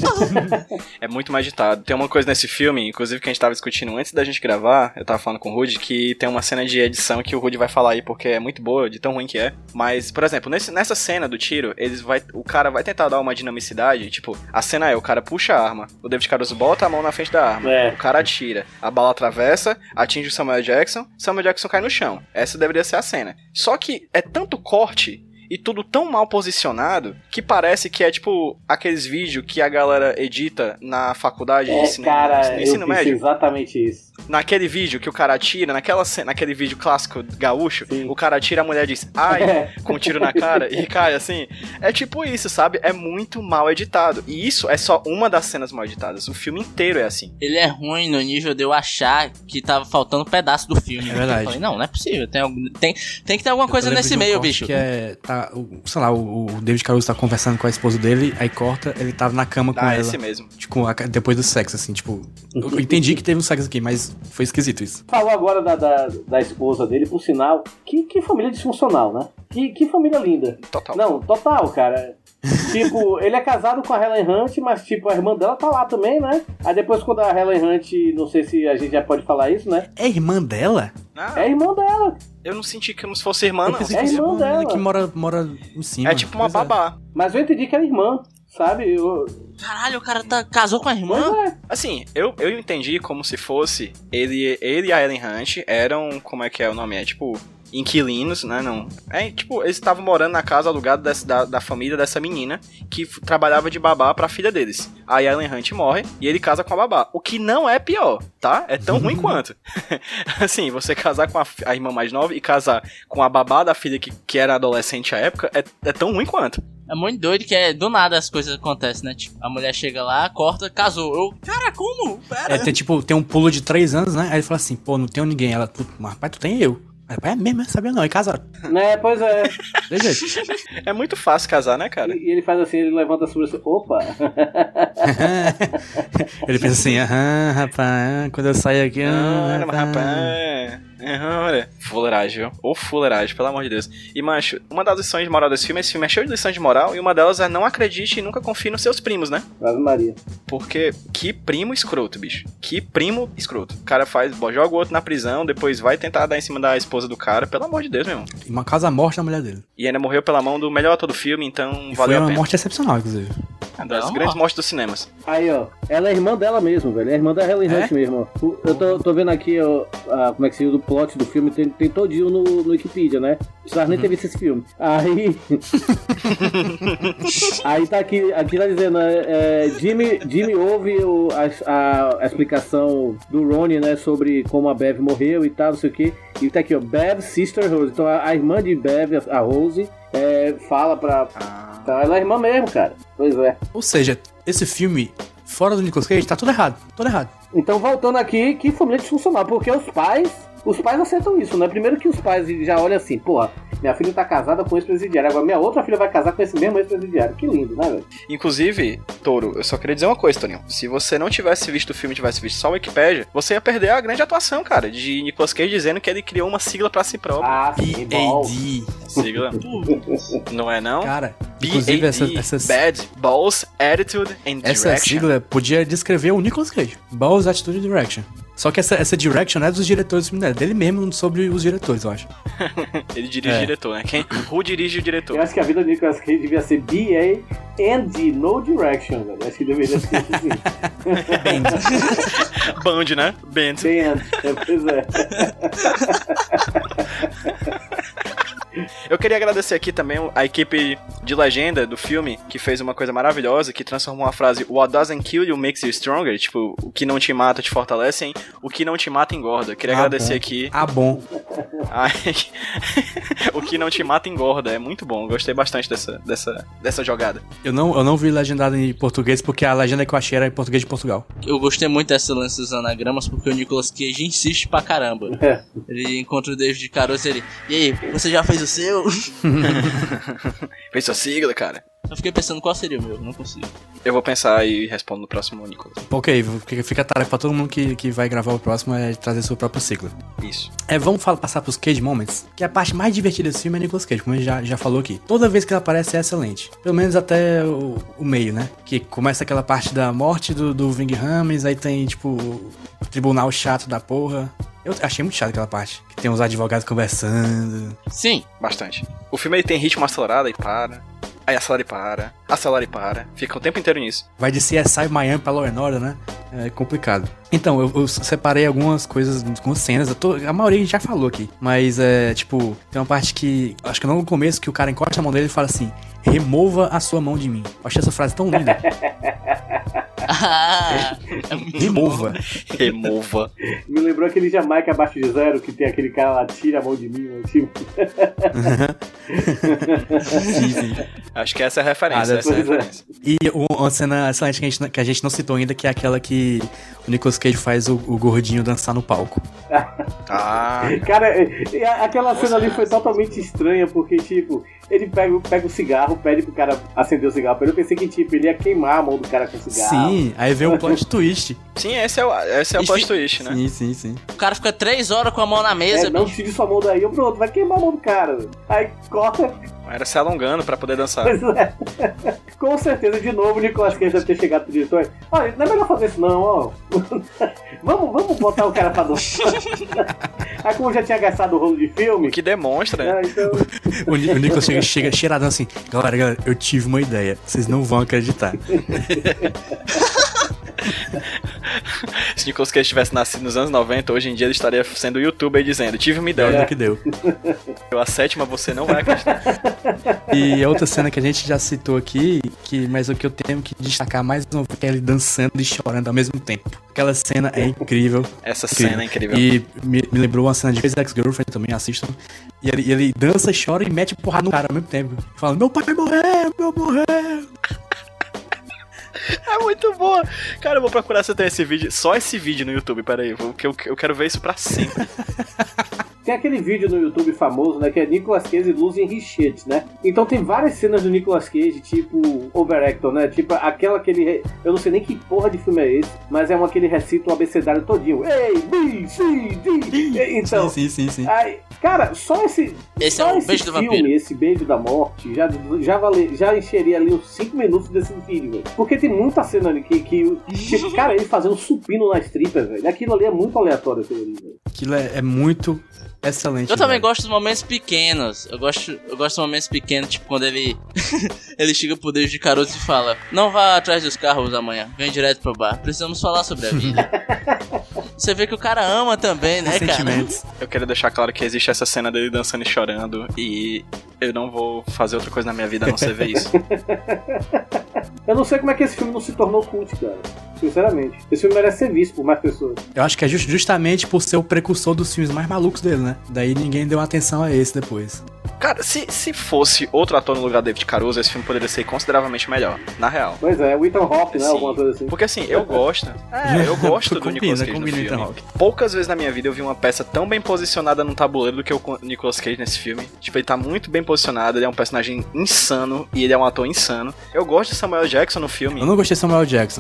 É muito mais agitado. Tem uma coisa nesse filme, inclusive, que a gente tava discutindo antes da gente gravar, eu tava falando com o Rudy, que tem uma cena de edição que o Rudy vai falar aí, porque é muito boa, de tão ruim que é. Mas, por exemplo, nessa cena do tiro, o cara vai tentar dar uma dinamicidade, tipo, a cena é, o cara puxa a arma, o David Caruso bota a mão na frente da arma, o cara atira, a bala atravessa, atinge o Samuel Jackson cai no chão. Essa deveria ser a cena. Só que é tanto corte e tudo tão mal posicionado que parece que é tipo aqueles vídeos que a galera edita na faculdade de cinema, cara, no ensino médio. Exatamente isso. Naquele vídeo que o cara atira, naquele vídeo clássico gaúcho, sim, o cara atira, a mulher diz ai, com um tiro na cara e cai assim. É tipo isso, sabe? É muito mal editado. E isso é só uma das cenas mal editadas. O filme inteiro é assim. Ele é ruim no nível de eu achar que tava faltando um pedaço do filme. É verdade. Eu falei, não é possível. Tem que ter alguma coisa nesse meio, bicho. Que sei lá, o David Caruso tá conversando com a esposa dele, aí corta, ele tava na cama com ela. Esse mesmo. Tipo, depois do sexo, assim, tipo... Eu entendi que teve um sexo aqui, mas foi esquisito isso. Falou agora da esposa dele, por sinal, que família disfuncional, né? Que família linda. Total. Não, total, cara. Tipo, ele é casado com a Helen Hunt, mas tipo, a irmã dela tá lá também, né? Aí depois quando a Helen Hunt, não sei se a gente já pode falar isso, né? É irmã dela? É a irmã dela. Eu não senti como se fosse irmã, não. É a irmã dela. Que mora em cima. É tipo uma babá. Mas eu entendi que era irmã, sabe? Caralho, o cara casou com a irmã? Assim, eu entendi como se fosse ele e a Helen Hunt eram, como é que é o nome? É tipo... inquilinos, né, não. É, tipo, eles estavam morando na casa alugada da família dessa menina que trabalhava de babá pra filha deles. Aí a Ellen Hunt morre e ele casa com a babá. O que não é pior, tá? É tão ruim quanto. Assim, você casar com a irmã mais nova e casar com a babá da filha que era adolescente à época é tão ruim quanto. É muito doido que do nada as coisas acontecem, né? Tipo, a mulher chega lá, corta, casou. Cara, como? Pera. Tem um pulo de 3 anos, né? Aí ele fala assim, pô, não tenho ninguém. Ela, mas rapaz, tu tem eu. É mesmo, sabia não, e casaram. Né, pois é. É muito fácil casar, né, cara? E ele faz assim, ele levanta a sobrancelha. Opa! Ele pensa assim, rapaz, quando eu sair aqui... rapaz... Olha, fuleiragem, viu? Ou fuleiragem, pelo amor de Deus. E, macho, uma das lições de moral desse filme é cheio de lições de moral, e uma delas é não acredite e nunca confie nos seus primos, né? Ave Maria. Porque que primo escroto, bicho. Que primo escroto. O cara joga o outro na prisão, depois vai tentar dar em cima da esposa do cara, pelo amor de Deus, meu irmão. E uma causa morte da mulher dele. E ainda morreu pela mão do melhor ator do filme, então e valeu a pena. Foi uma morte excepcional, inclusive. Uma das grandes mortes dos cinemas. Aí, ó, ela é irmã dela mesmo, velho. É irmã da Helen Hunt mesmo, ó. Eu tô vendo aqui, ó, como é que se diz o plot do filme, tem todinho no Wikipedia, né? Precisava nem ter visto esse filme. Aí. Aí tá aqui tá dizendo, Jimmy ouve a explicação do Ronnie, né, sobre como a Bev morreu e tal, não sei o que. E tá aqui, ó, Bev, Sister Rose. Então a irmã de Bev, a Rose, fala pra. Então ela é irmã mesmo, cara. Pois é. Ou seja, esse filme, fora do Nicolas Cage, tá tudo errado. Tudo errado. Então, voltando aqui, que família disfuncional, porque os pais aceitam isso, né? Primeiro que os pais já olham assim, porra, minha filha tá casada com ex-presidiário, agora minha outra filha vai casar com esse mesmo ex-presidiário. Que lindo, né, velho? Inclusive, Touro, eu só queria dizer uma coisa, Toninho. Se você não tivesse visto o filme e tivesse visto só o Wikipedia, você ia perder a grande atuação, cara, de Nicolas Cage dizendo que ele criou uma sigla pra si próprio. B.A.D. Sigla. Não é não? Cara, inclusive essas... Bad, Balls, Attitude and Direction. Essa sigla podia descrever o Nicolas Cage. Balls, Attitude and Direction. Só que essa direction não é dos diretores do filme, é dele mesmo sobre os diretores, eu acho. Ele dirige o diretor, né? Who dirige o diretor? Eu acho que a vida do Nicolas Cage devia ser B.A.N.D. No Direction, velho. Acho que deveria ser assim. Band, né? Band. Pois é. Eu queria agradecer aqui também a equipe de legenda do filme, que fez uma coisa maravilhosa, que transformou a frase "What doesn't kill you makes you stronger", tipo, o que não te mata te fortalece, hein? O que não te mata engorda. Eu queria agradecer aqui. Bom. O que não te mata engorda, é muito bom. Gostei bastante dessa jogada. Eu não vi legendado em português, porque a legenda que eu achei era em português de Portugal. Eu gostei muito dessa lance dos anagramas, porque o Nicolas Cage insiste pra caramba. Ele encontra o David Caruso e ele... E aí, você já fez o seu? Fez sua sigla, cara? Eu fiquei pensando qual seria o meu, não consigo. Eu vou pensar e respondo no próximo, Nicolas. Ok, fica a tarefa pra todo mundo que vai gravar o próximo é trazer sua própria sigla. Isso. Vamos passar pros Cage Moments, que a parte mais divertida desse filme é Nicolas Cage, como a gente já falou aqui. Toda vez que ele aparece é excelente. Pelo menos até o meio, né? Que começa aquela parte da morte do Ving Rhames, aí tem, tipo, o tribunal chato da porra. Eu achei muito chato aquela parte. Que tem os advogados conversando. Sim, bastante. O filme ele tem ritmo acelerado e para. Aí acelera e para. Fica o tempo inteiro nisso. Vai de CSI Miami pra Law & Order, né? É complicado. Então, eu separei algumas coisas, algumas cenas. A maioria a gente já falou aqui. Mas, tipo, tem uma parte que... Acho que não no começo, que o cara encosta a mão dele e fala assim: remova a sua mão de mim. Eu achei essa frase tão linda. Remova. Me lembrou aquele Jamaica abaixo de zero, que tem aquele cara lá, tira a mão de mim, tipo. Sim. Acho que essa é a referência. E uma cena excelente que a gente não citou ainda, que é aquela que o Nicolas Cage faz o gordinho dançar no palco. Cara, aquela cena ali foi totalmente estranha, porque, tipo, ele pega o cigarro, pede pro cara acender o cigarro. Eu pensei que, tipo, ele ia queimar a mão do cara com o cigarro. Sim, aí vem um plot twist. Sim, esse é o plot twist, né? Sim. O cara fica 3 horas com a mão na mesa, não tire sua mão daí, pronto, vai queimar a mão do cara. Aí corta. Era se alongando pra poder dançar. Pois é. Com certeza, de novo, o Nicolas Cage deve ter chegado pro diretor. Olha, não é melhor fazer isso não, ó. Vamos botar o cara pra dançar. Aí como já tinha gastado o rolo de filme... O que demonstra, né? Então... o Nicolas chega cheiradão assim: Galera, eu tive uma ideia. Vocês não vão acreditar. Se Nicolas Cage tivesse nascido nos anos 90, hoje em dia ele estaria sendo youtuber dizendo: tive uma ideia. Que deu. A 7ª você não vai acreditar. E outra cena que a gente já citou aqui, mas o que eu tenho que destacar mais uma vez é ele dançando e chorando ao mesmo tempo. Aquela cena é incrível. Essa cena é incrível. E me lembrou uma cena de Crazy Ex-Girlfriend também, assistam. E ele dança, chora e mete porrada no cara ao mesmo tempo. Falando: meu pai morreu. É muito boa. Cara, eu vou procurar se tem esse vídeo, só esse vídeo no YouTube, peraí, porque eu quero ver isso pra sempre. Tem aquele vídeo no YouTube famoso, né, que é Nicolas Cage losing his shit, né? Então tem várias cenas do Nicolas Cage, tipo Overactor, né? Tipo aquela que ele... Eu não sei nem que porra de filme é esse, mas é uma que ele recita o abecedário todinho. A, B, C, D. Então, sim. Aí, cara, só esse é o beijo do vampiro. Esse beijo da morte, já encheria ali uns 5 minutos desse vídeo, velho. Porque tem muita cena ali que tipo, cara, ele fazendo supino nas tripas, velho. Aquilo ali é muito aleatório, aquilo ali, velho. Aquilo é muito excelente. Eu também gosto dos momentos pequenos. Eu gosto dos momentos pequenos, tipo quando ele ele chega pro Deus de Caroço e fala: não vá atrás dos carros amanhã, vem direto pro bar. Precisamos falar sobre a vida. Você vê que o cara ama também, né, cara? Eu quero deixar claro que existe essa cena dele dançando e chorando e eu não vou fazer outra coisa na minha vida a não ser ver isso. Eu não sei como é que esse filme não se tornou cult, cara. Sinceramente. Esse filme merece ser visto por mais pessoas. Eu acho que é justamente por ser o precursor dos filmes mais malucos dele, né? Daí ninguém deu atenção a esse depois. Cara, se fosse outro ator no lugar do David Caruso, esse filme poderia ser consideravelmente melhor, na real. Pois é, o Ethan Hawke, né? Alguma coisa assim. Porque assim, eu gosto do Nicolas Cage no filme. Poucas vezes na minha vida eu vi uma peça tão bem posicionada no tabuleiro do que o Nicolas Cage nesse filme. Tipo, ele tá muito bem posicionado, ele é um personagem insano e ele é um ator insano. Eu gosto de Samuel Jackson no filme. Eu não gostei de Samuel Jackson.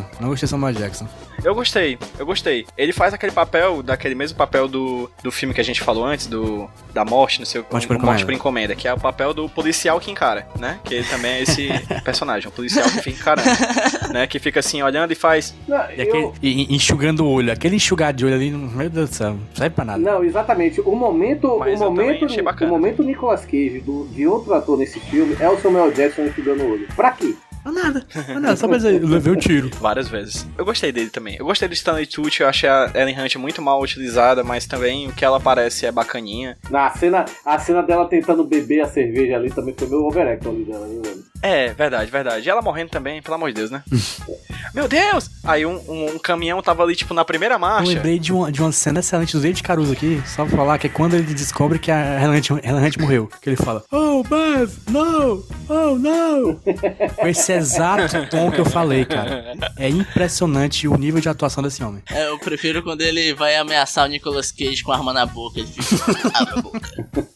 Eu gostei. Ele faz aquele papel, daquele mesmo papel do filme que a gente falou antes, da morte, não sei o que, Morte por Encomenda, que é o papel do policial que encara, né? Que ele também é esse personagem, um policial que fica encarando, né? Que fica assim, olhando e faz... enxugando o olho, aquele enxugar de olho ali, meu Deus do céu, não serve pra nada. Não, exatamente, o momento Nicolas Cage de outro ator nesse filme é o Samuel Jackson enxugando o olho. Pra quê? Nada, só pra dizer, eu levei um tiro. Várias vezes. Eu gostei dele também. Eu gostei do Stanley Tucci, eu achei a Ellen Hunt muito mal utilizada, mas também o que ela parece é bacaninha. A cena dela tentando beber a cerveja ali também foi meio overacting ali dela, hein, mano? É, verdade. E ela morrendo também, pelo amor de Deus, né? Meu Deus! Aí um caminhão tava ali, tipo, na primeira marcha. Eu lembrei de uma cena excelente do David Caruso aqui, só pra falar que é quando ele descobre que a Ellen Hunt morreu. Que ele fala, oh, Bev, no! Oh, no! Com esse exato tom que eu falei, cara. É impressionante o nível de atuação desse homem. Eu prefiro quando ele vai ameaçar o Nicolas Cage com a arma na boca. Ele fica, abre a boca.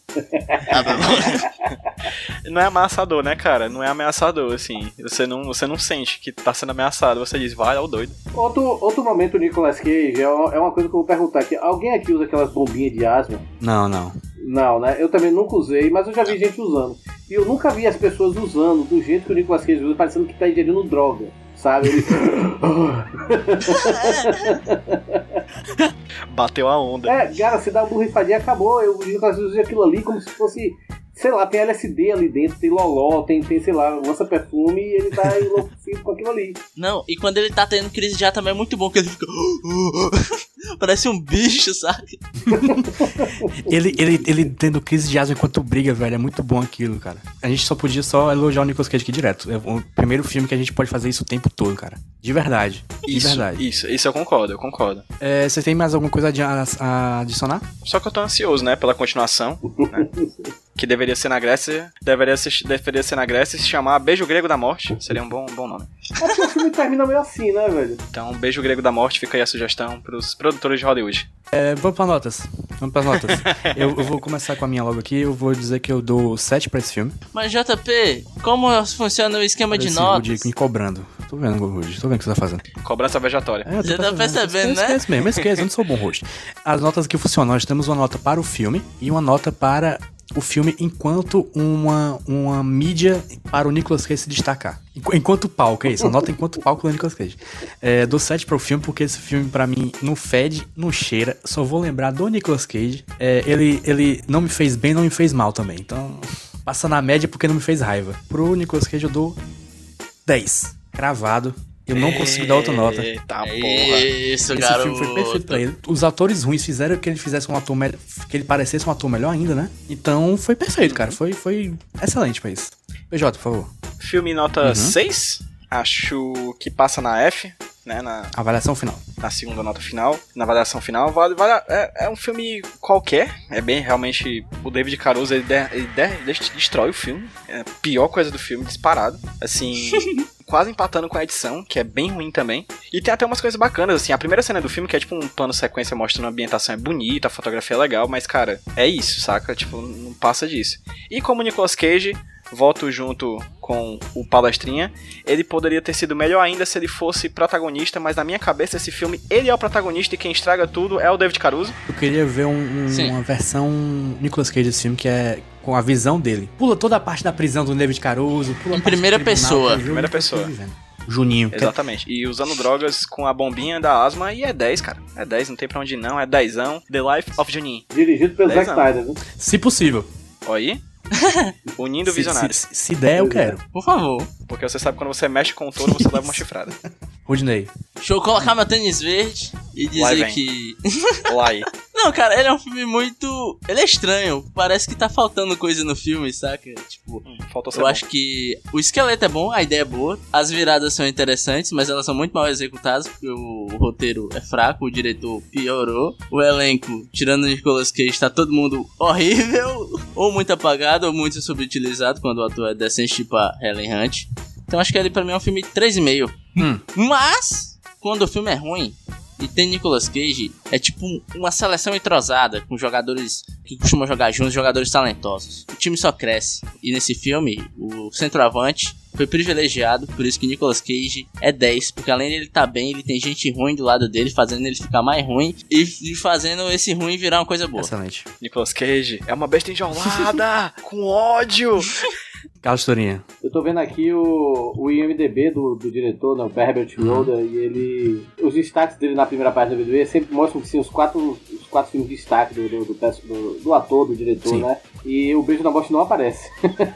Não é ameaçador, né, cara? Não é ameaçador, assim. Você não sente que tá sendo ameaçado. Você diz, vai, é o doido. Outro momento, o Nicolas Cage, é uma coisa que eu vou perguntar aqui. Alguém aqui usa aquelas bombinhas de asma? Não. Não, né? Eu também nunca usei, mas eu já vi gente usando. E eu nunca vi as pessoas usando do jeito que o Nicolas Cage usa, parecendo que tá ingerindo droga, sabe? Ele... Bateu a onda. Cara, você dá uma borrifadinha e acabou. O Nicolas Cage usa aquilo ali como se fosse... Sei lá, tem LSD ali dentro, tem loló, tem sei lá, lança perfume e ele tá enlouquecido com aquilo ali. Não, e quando ele tá tendo crise de ar também é muito bom, que ele fica... Parece um bicho, sabe? ele tendo crise de asma enquanto briga, velho, é muito bom aquilo, cara. A gente só podia elogiar o Nicolas Cage aqui direto. É o primeiro filme que a gente pode fazer isso o tempo todo, cara. De verdade. Isso eu concordo. Você tem mais alguma coisa a adicionar? Só que eu tô ansioso, né, pela continuação, né? Que deveria ser na Grécia e se chamar Beijo Grego da Morte. Seria um bom nome. Acho que o filme termina meio assim, né, velho? Então, Beijo Grego da Morte, fica aí a sugestão pros produtores de Hollywood. Vamos pras notas. Eu vou começar com a minha logo aqui. Eu vou dizer que eu dou 7 pra esse filme. Mas, JP, como funciona o esquema de notas? Me cobrando. Tô vendo, Rudy. Tô vendo o que você tá fazendo. Cobrança vejatória. Você tá percebendo, né? Esquece, eu não sou bom host. As notas aqui funcionam. Nós temos uma nota para o filme e uma nota para o filme enquanto uma mídia para o Nicolas Cage se destacar. Enquanto palco, é isso. A nota enquanto palco do Nicolas Cage. Dou 7 para o filme porque esse filme pra mim não fede, não cheira. Só vou lembrar do Nicolas Cage. Ele não me fez bem, não me fez mal também. Então, passa na média porque não me fez raiva. Pro Nicolas Cage eu dou 10. Cravado. Eu não consigo dar outra nota. Eita porra. Isso, esse garoto. filme foi perfeito pra ele. Os atores ruins fizeram que ele fizesse um ator melhor, que ele parecesse um ator melhor ainda, né? Então foi perfeito, cara. Foi excelente pra isso. PJ, por favor. Filme nota 6. Acho que passa na F, né? Na avaliação final. Na segunda nota final. Na avaliação final. É um filme qualquer. É bem, realmente, o David Caruso, ele destrói o filme. É a pior coisa do filme, disparado. Assim... quase empatando com a edição, que é bem ruim também. E tem até umas coisas bacanas, assim, a primeira cena do filme, que é tipo um plano sequência mostrando a ambientação é bonita, a fotografia é legal, mas, cara, é isso, saca? Tipo, não passa disso. E como o Nicolas Cage, volto junto com o Palestrinha, ele poderia ter sido melhor ainda se ele fosse protagonista, mas na minha cabeça esse filme, ele é o protagonista e quem estraga tudo é o David Caruso. Eu queria ver uma versão Nicolas Cage desse filme, que é com a visão dele. Pula toda a parte da prisão do David Caruso, pula em primeira pessoa. Primeira pessoa. Juninho. Exatamente. E usando drogas com a bombinha da asma, e é 10, cara. É 10, não tem pra onde ir não, é 10ão. The Life of Juninho. Dirigido pelo Zack Snyder, né? Se possível. Olha aí. Unindo visionários. Se der, eu quero. Por favor. Porque você sabe que quando você mexe com o touro, você leva uma chifrada. Rudney. Deixa eu colocar meu tênis verde e dizer que... Lá aí. Não, cara, ele é um filme muito... Ele é estranho. Parece que tá faltando coisa no filme, saca? Tipo, eu acho que o esqueleto é bom, a ideia é boa. As viradas são interessantes, mas elas são muito mal executadas, porque o roteiro é fraco, o diretor piorou. O elenco, tirando o Nicolas Cage, tá todo mundo horrível. Ou muito apagado, ou muito subutilizado, quando o ator é decente, tipo a Helen Hunt. Então acho que ele pra mim é um filme 3,5. Mas, quando o filme é ruim e tem Nicolas Cage, é tipo uma seleção entrosada, com jogadores que costumam jogar juntos, jogadores talentosos. O time só cresce. E nesse filme, o centroavante foi privilegiado, por isso que Nicolas Cage é 10, porque além de ele tá bem, ele tem gente ruim do lado dele, fazendo ele ficar mais ruim e fazendo esse ruim virar uma coisa boa. Excelente. Nicolas Cage é uma besta enjaulada, com ódio. Carlos Torinha. Eu tô vendo aqui o IMDB do diretor, né, o Herbert Roeder, e ele... Os destaques dele na primeira parte do DVD sempre mostram que sim, os quatro filmes de destaque do ator, do diretor, né? E o Beijo na Morte não aparece.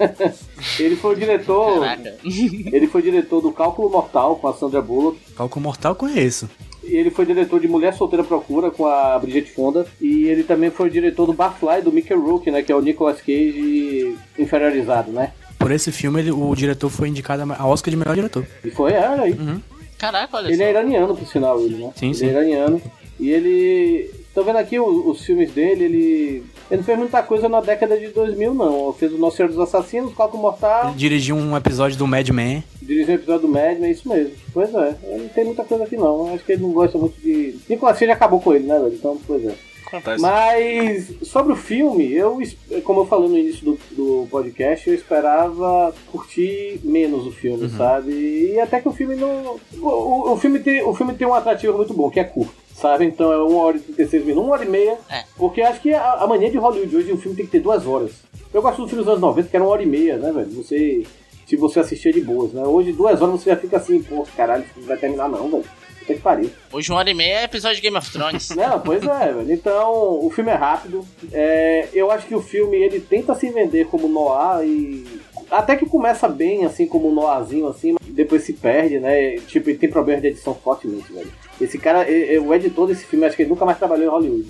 Ele foi o diretor... Caraca. Ele foi diretor do Cálculo Mortal, com a Sandra Bullock. Cálculo Mortal eu conheço. E ele foi diretor de Mulher Solteira Procura, com a Bridget Fonda. E ele também foi diretor do Barfly, do Mickey Rourke, né? Que é o Nicolas Cage inferiorizado, né? Por esse filme, o diretor foi indicado a Oscar de melhor diretor. E foi, olha aí. Caraca, olha ele só. é iraniano, por sinal, ele, né? Sim, ele é iraniano. E ele... Tô vendo aqui os filmes dele, ele não fez muita coisa na década de 2000, não. Ele fez o Nosso Senhor dos Assassinos, o Cálculo Mortal. Ele dirigiu um episódio do Mad Men. Dirigiu um episódio do Mad Men, isso mesmo. Pois é, ele não tem muita coisa aqui, não. Acho que ele não gosta muito de... Nicolas Cage acabou com ele, né, velho? Então, pois é. Acontece. Mas, sobre o filme, como eu falei no início do podcast, eu esperava curtir menos o filme, sabe? E até que o filme não... O filme tem um atrativo muito bom, que é curto. Sabe? Então é 1 hora e 36 minutos, 1 hora e meia. Porque acho que a mania de Hollywood hoje, um filme tem que ter 2 horas. Eu gosto dos filmes dos anos 90, que era 1 hora e meia, né, velho? Se você assistia de boas, né? Hoje, 2 horas você já fica assim, pô, caralho, isso não vai terminar não, velho. Puta que pariu. Hoje 1 hora e meia é episódio de Game of Thrones. Não, pois é, velho. Então, o filme é rápido. Eu acho que o filme, ele tenta se vender como noir e... Até que começa bem, assim, como um noirzinho, assim, mas depois se perde, né? Tipo, ele tem problemas de edição fortemente, velho. Esse cara, o editor desse filme, acho que ele nunca mais trabalhou em Hollywood.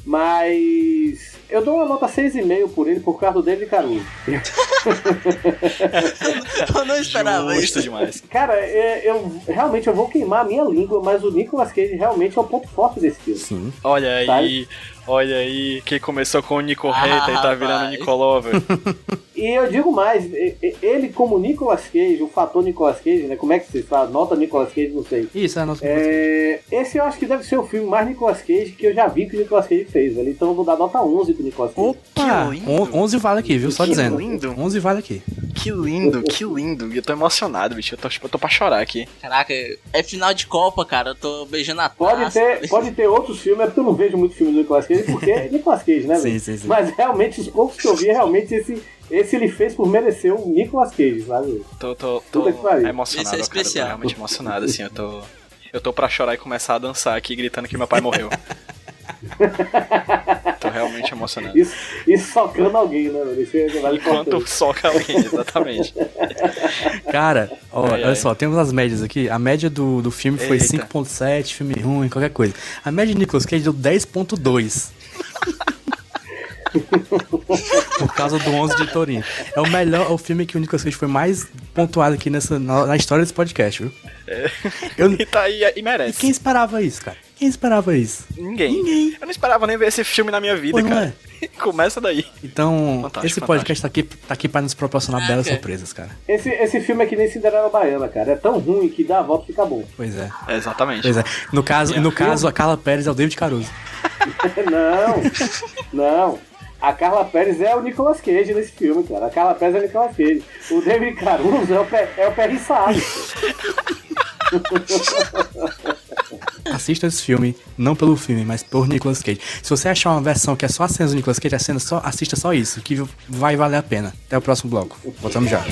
Mas eu dou uma nota 6,5 por ele, por causa dele e Caruso. Eu não esperava isso. Demais. Cara, realmente eu vou queimar a minha língua, mas o Nicolas Cage realmente é o ponto forte desse filme. Sim. Olha aí, olha aí, quem começou com o Nico Reta e tá virando Nico Lover. E eu digo mais, ele como Nicolas Cage, o fator Nicolas Cage, né? Como é que se fala? Nota Nicolas Cage, não sei. Isso, é a nota esse eu acho que deve ser o filme mais Nicolas Cage que eu já vi que o Nicolas Cage fez, velho. Então eu vou dar nota 11 pro Nicolas Cage. Opa! 11 vale aqui, viu? Só dizendo. Lindo. 11 vale aqui. Que lindo, que lindo. E eu tô emocionado, bicho. Eu tô pra chorar aqui. Caraca, é final de Copa, cara. Eu tô beijando a taça. Pode ter outros filmes, é porque eu não vejo muito filme do Nicolas Cage, porque é Nicolas Cage, né, velho? Sim. Mas realmente, os poucos que eu vi, realmente esse ele fez por merecer o Nicolas Cage, sabe? Tô emocionado, esse é especial. Cara. Tô realmente emocionado, assim. Eu tô pra chorar e começar a dançar aqui, gritando que meu pai morreu. Tô realmente emocionado. Isso socando alguém, né, velho? Enquanto soca alguém, exatamente. Cara, olha só, temos as médias aqui. A média do filme foi 5.7, filme ruim, qualquer coisa. A média de Nicolas Cage deu 10.2. Por causa do 11 de Torinho. É o filme que o Nicolas Cage foi mais pontuado aqui na história desse podcast, viu? E tá aí, e merece. E quem esperava isso, cara? Quem esperava isso? Ninguém. Eu não esperava nem ver esse filme na minha vida, cara. Começa daí. Então, fantástico, esse podcast tá aqui pra nos proporcionar belas surpresas, cara. Esse filme é que nem Cinderela Baiana, cara. É tão ruim que dá a volta e fica bom. Pois é. Exatamente. Pois é. No caso, a Carla Pérez é o David Caruso. Não. A Carla Pérez é o Nicolas Cage nesse filme, cara. A Carla Pérez é o Nicolas Cage. O David Caruso é o Perry Salles. Assista esse filme, não pelo filme, mas por Nicolas Cage. Se você achar uma versão que é só a cena do Nicolas Cage, assista só isso, que vai valer a pena. Até o próximo bloco. Voltamos já.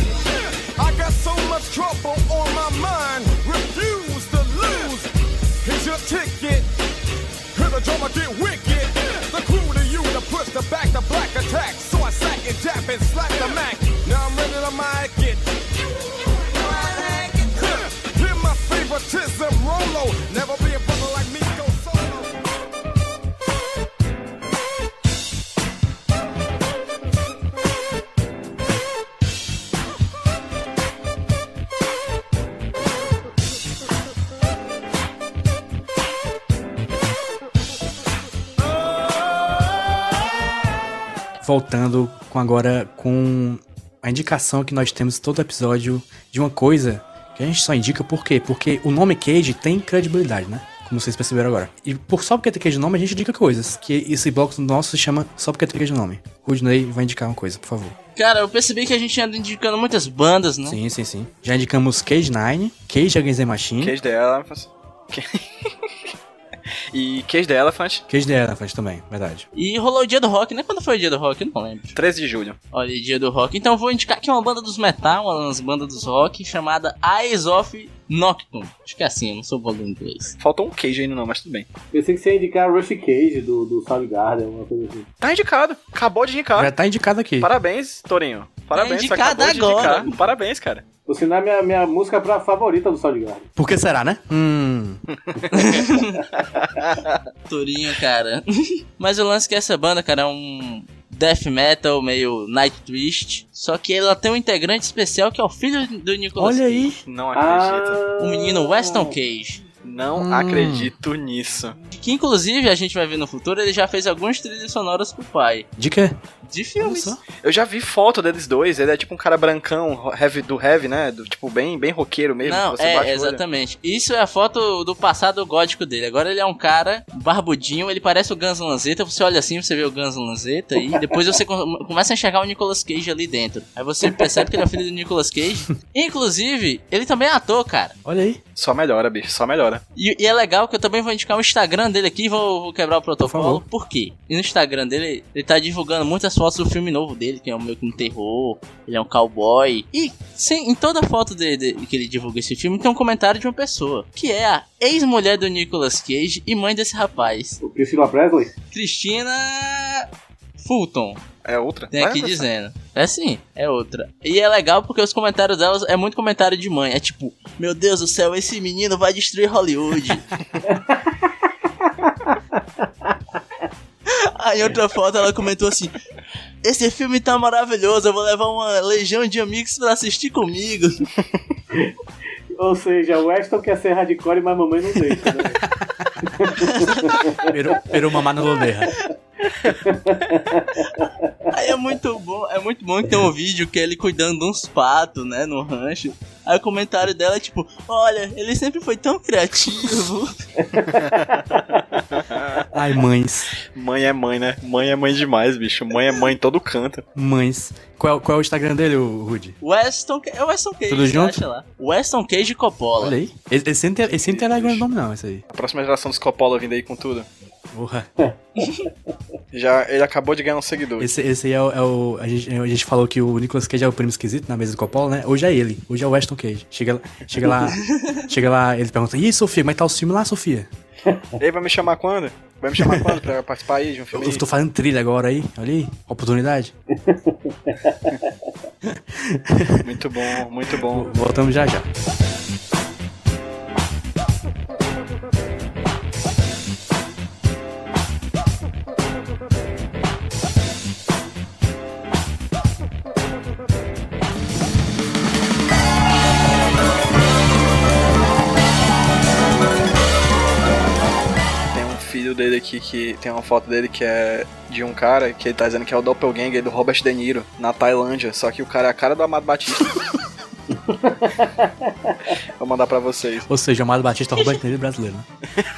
Voltando com a indicação que nós temos todo episódio de uma coisa que a gente só indica por quê? Porque o nome Cage tem credibilidade, né? Como vocês perceberam agora. E só porque tem Cage no nome, a gente indica coisas. Que esse bloco nosso se chama Só Porque tem Cage no nome. Rudney vai indicar uma coisa, por favor. Cara, eu percebi que a gente anda indicando muitas bandas, né? Sim. Já indicamos Cage 9, Cage Against the Machine. Cage the Elephant. E Cage the Elephant. Cage the Elephant também, verdade. E rolou o Dia do Rock, né? Quando foi o Dia do Rock? Eu não lembro. 13 de julho. Olha, Dia do Rock. Então eu vou indicar aqui uma banda dos metal, uma bandas dos rock, chamada Eyes of Nocturne. Acho que é assim, eu não sou bom do inglês. Faltou um Cage ainda não, mas tudo bem. Pensei que você ia indicar Rush Cage do Soundgarden, alguma coisa assim. Tá indicado. Acabou de indicar. Já tá indicado aqui. Parabéns, Torinho. Parabéns, tá indicado agora. Parabéns, cara. Por sinal, minha música favorita do Soundgarden. Por que será, né? Torinho, cara. Mas o lance é que essa banda, cara, é um death metal meio Nightwish. Só que ela tem um integrante especial que é o filho do Nicolas Cage. Olha aí. Não acredito. O menino Weston Cage. Não acredito nisso. Que inclusive a gente vai ver no futuro, ele já fez algumas trilhas sonoras pro pai. De quê? De filmes. Eu já vi foto deles dois, ele é tipo um cara brancão, heavy, né? Tipo, bem roqueiro mesmo. Não, exatamente. Isso é a foto do passado gótico dele. Agora ele é um cara barbudinho, ele parece o Guns Lanzetta. Você olha assim, você vê o Guns Lanzetta e depois você começa a enxergar o Nicolas Cage ali dentro. Aí você percebe que ele é filho do Nicolas Cage. Inclusive, ele também é ator, cara. Olha aí. Só melhora, bicho, só melhora. E é legal que eu também vou indicar o Instagram dele aqui, vou quebrar o protocolo. Por quê? E no Instagram dele, ele tá divulgando muitas fotos do filme novo dele, que é meio que um terror, ele é um cowboy. E em toda foto dele que ele divulga esse filme, tem um comentário de uma pessoa, que é a ex-mulher do Nicolas Cage e mãe desse rapaz. O Christina Presley? Christina Fulton. É outra? Tem aqui dizendo. É sim, é outra. E é legal porque os comentários delas é muito comentário de mãe. É tipo, meu Deus do céu, esse menino vai destruir Hollywood. Aí em outra foto ela comentou assim: esse filme tá maravilhoso, eu vou levar uma legião de amigos pra assistir comigo. Ou seja, o Weston quer ser hardcore, mas mamãe não deixa, né? Pero mamá não lo deja. Aí é muito bom que tem um vídeo que é ele cuidando de uns patos, né, no rancho. Aí o comentário dela é tipo, olha, ele sempre foi tão criativo. Ai, mães. Mãe é mãe, né? Mãe é mãe demais, bicho. Mãe é mãe em todo canto. Mães. Qual é o Instagram dele, Rudy? Weston Cage. Tudo junto? Acha lá. Weston Cage Coppola. Olha aí. Esse sempre tem o nome não, esse aí. A próxima geração dos Coppola vindo aí com tudo. Porra. Ele acabou de ganhar um seguidor. Esse aí é o a gente falou que o Nicolas Cage é o primo esquisito na mesa do Coppola, né? Hoje é ele. Hoje é o Weston Cage. Chega lá, ele pergunta: "E Sofia, como é que tá o filme lá, Sofia?" Ele vai me chamar quando? Vai me chamar quando pra participar aí de um filme? Eu tô fazendo trilha agora aí. Olha aí, oportunidade. Muito bom, muito bom. Voltamos já. feed dele aqui que tem uma foto dele que é de um cara que ele tá dizendo que é o doppelganger do Robert De Niro na Tailândia, só que o cara é a cara do Amado Batista. Vou mandar pra vocês. Ou seja, o Amado Batista é o Robert De Niro brasileiro, né?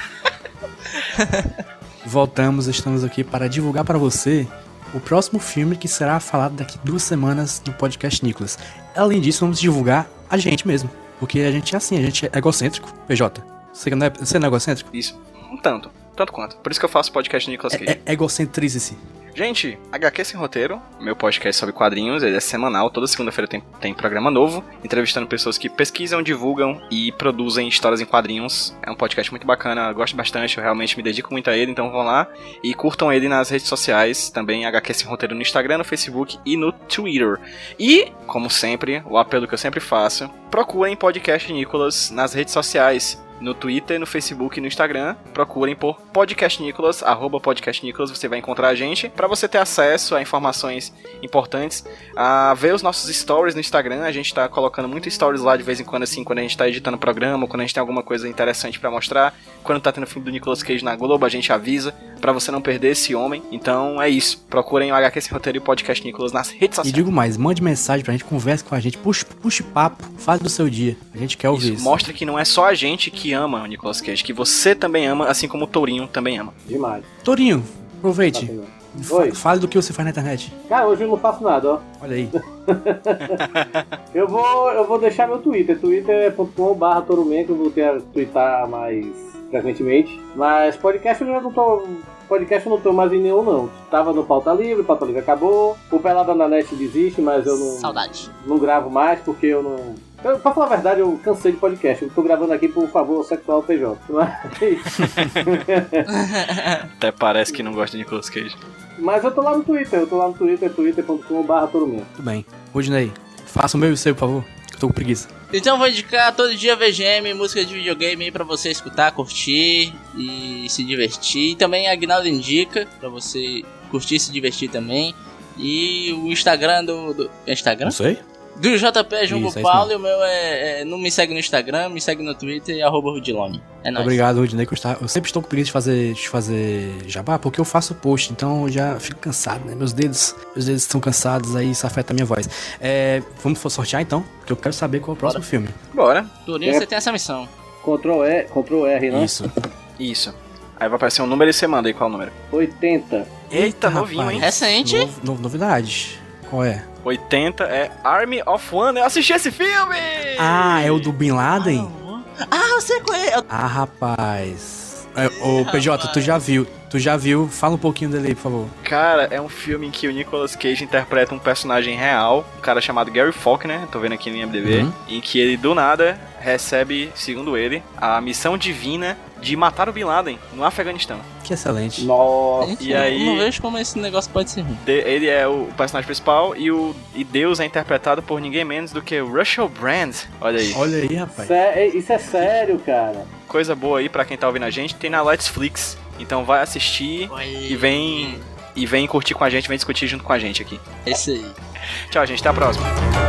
Voltamos, estamos aqui para divulgar para você o próximo filme que será falado daqui 2 semanas no podcast Nicolas. Além disso, vamos divulgar a gente mesmo, porque a gente é assim, a gente é egocêntrico. PJ, você não é egocêntrico? Isso, um tanto quanto. Por isso que eu faço podcast Nicolas Cage. Egocentrice-se. Gente, HQ Sem Roteiro, meu podcast sobre quadrinhos, ele é semanal, toda segunda-feira tem programa novo, entrevistando pessoas que pesquisam, divulgam e produzem histórias em quadrinhos. É um podcast muito bacana, eu gosto bastante, eu realmente me dedico muito a ele, então vão lá e curtam ele nas redes sociais, também HQ Sem Roteiro no Instagram, no Facebook e no Twitter. E, como sempre, o apelo que eu sempre faço, procurem Podcast Nicolas nas redes sociais. No Twitter, no Facebook e no Instagram, procurem por Podcast Nicolas, @Podcast Nicolas, você vai encontrar a gente, para você ter acesso a informações importantes, a ver os nossos stories no Instagram. A gente tá colocando muito stories lá de vez em quando, assim, quando a gente tá editando o programa, quando a gente tem alguma coisa interessante para mostrar, quando tá tendo o filme do Nicolas Cage na Globo, a gente avisa, para você não perder esse homem. Então é isso, procurem o HQ Sem Roteiro e o Podcast Nicolas nas redes sociais. E digo mais, mande mensagem pra gente, converse com a gente, puxe papo, fale do seu dia, a gente quer ouvir isso. Mostra que não é só a gente que ama o Nicolas Cage, que você também ama, assim como o Tourinho também ama. Demais. Tourinho, aproveite. Fale do que você faz na internet. Cara, hoje eu não faço nada, ó. Olha aí. eu vou deixar meu Twitter, twitter.com/Tourumen, que eu vou ter a twittar mais frequentemente. Mas podcast eu já não tô... Podcast eu não tô mais em nenhum, não. Tava no Pauta Livre acabou. O Pelada na Net existe, mas eu não... Saudade. Não gravo mais, porque eu não... Pra falar a verdade, eu cansei de podcast. Eu tô gravando aqui por favor sexual PJ. Até parece que não gosta de Nicolas Cage. Mas eu tô lá no Twitter, twitter.com/Tourumen. Tudo bem. Rudinei, faça o meu e o seu, por favor. Eu tô com preguiça. Então eu vou indicar todo dia VGM, música de videogame aí pra você escutar, curtir e se divertir. E também a Aguinaldo indica pra você curtir e se divertir também. E o Instagram do... É Instagram? Não sei. Do JP Jumbo Isso, Paulo, e o meu não me segue no Instagram, me segue no Twitter, @Rudilone. É nóis. Obrigado, Rudinei, eu sempre estou com preguiça de fazer jabá, porque eu faço post, então eu já fico cansado, né? Meus dedos estão cansados, aí isso afeta a minha voz. Vamos sortear então, porque eu quero saber qual é o próximo filme. Bora. Tourinho, você tem essa missão. Ctrl R, né? Isso. Aí vai aparecer um número e você manda aí qual é o número. 80. Eita, novinho, rapaz. hein? Recente. Novidade. Qual é? 80 é Army of One. Eu assisti esse filme! Ah, é o do Bin Laden? Eu sei qual é. Ah, rapaz. Ô, PJ, tu já viu? Fala um pouquinho dele aí, por favor. Cara, é um filme em que o Nicolas Cage interpreta um personagem real, um cara chamado Gary Faulkner, tô vendo aqui no IMDb, em que ele, do nada, recebe, segundo ele, a missão divina de matar o Bin Laden no Afeganistão. Que excelente. Nossa. E aí, eu não vejo como esse negócio pode ser ruim. Ele é o personagem principal e Deus é interpretado por ninguém menos do que Russell Brand. Olha aí. Olha aí, rapaz. Isso é sério, cara. Coisa boa aí pra quem tá ouvindo a gente. Tem na Netflix. Então vai assistir e vem curtir com a gente, vem discutir junto com a gente aqui. É isso aí. Tchau, gente. Até a próxima.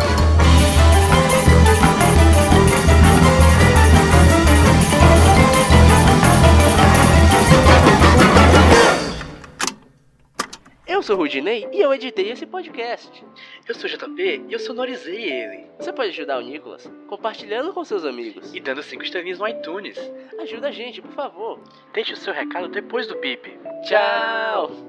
Eu sou o Rudinei e eu editei esse podcast. Eu sou o JP e eu sonorizei ele. Você pode ajudar o Nicolas compartilhando com seus amigos e dando 5 estrelinhas no iTunes. Ajuda a gente, por favor. Deixe o seu recado depois do bip. Tchau!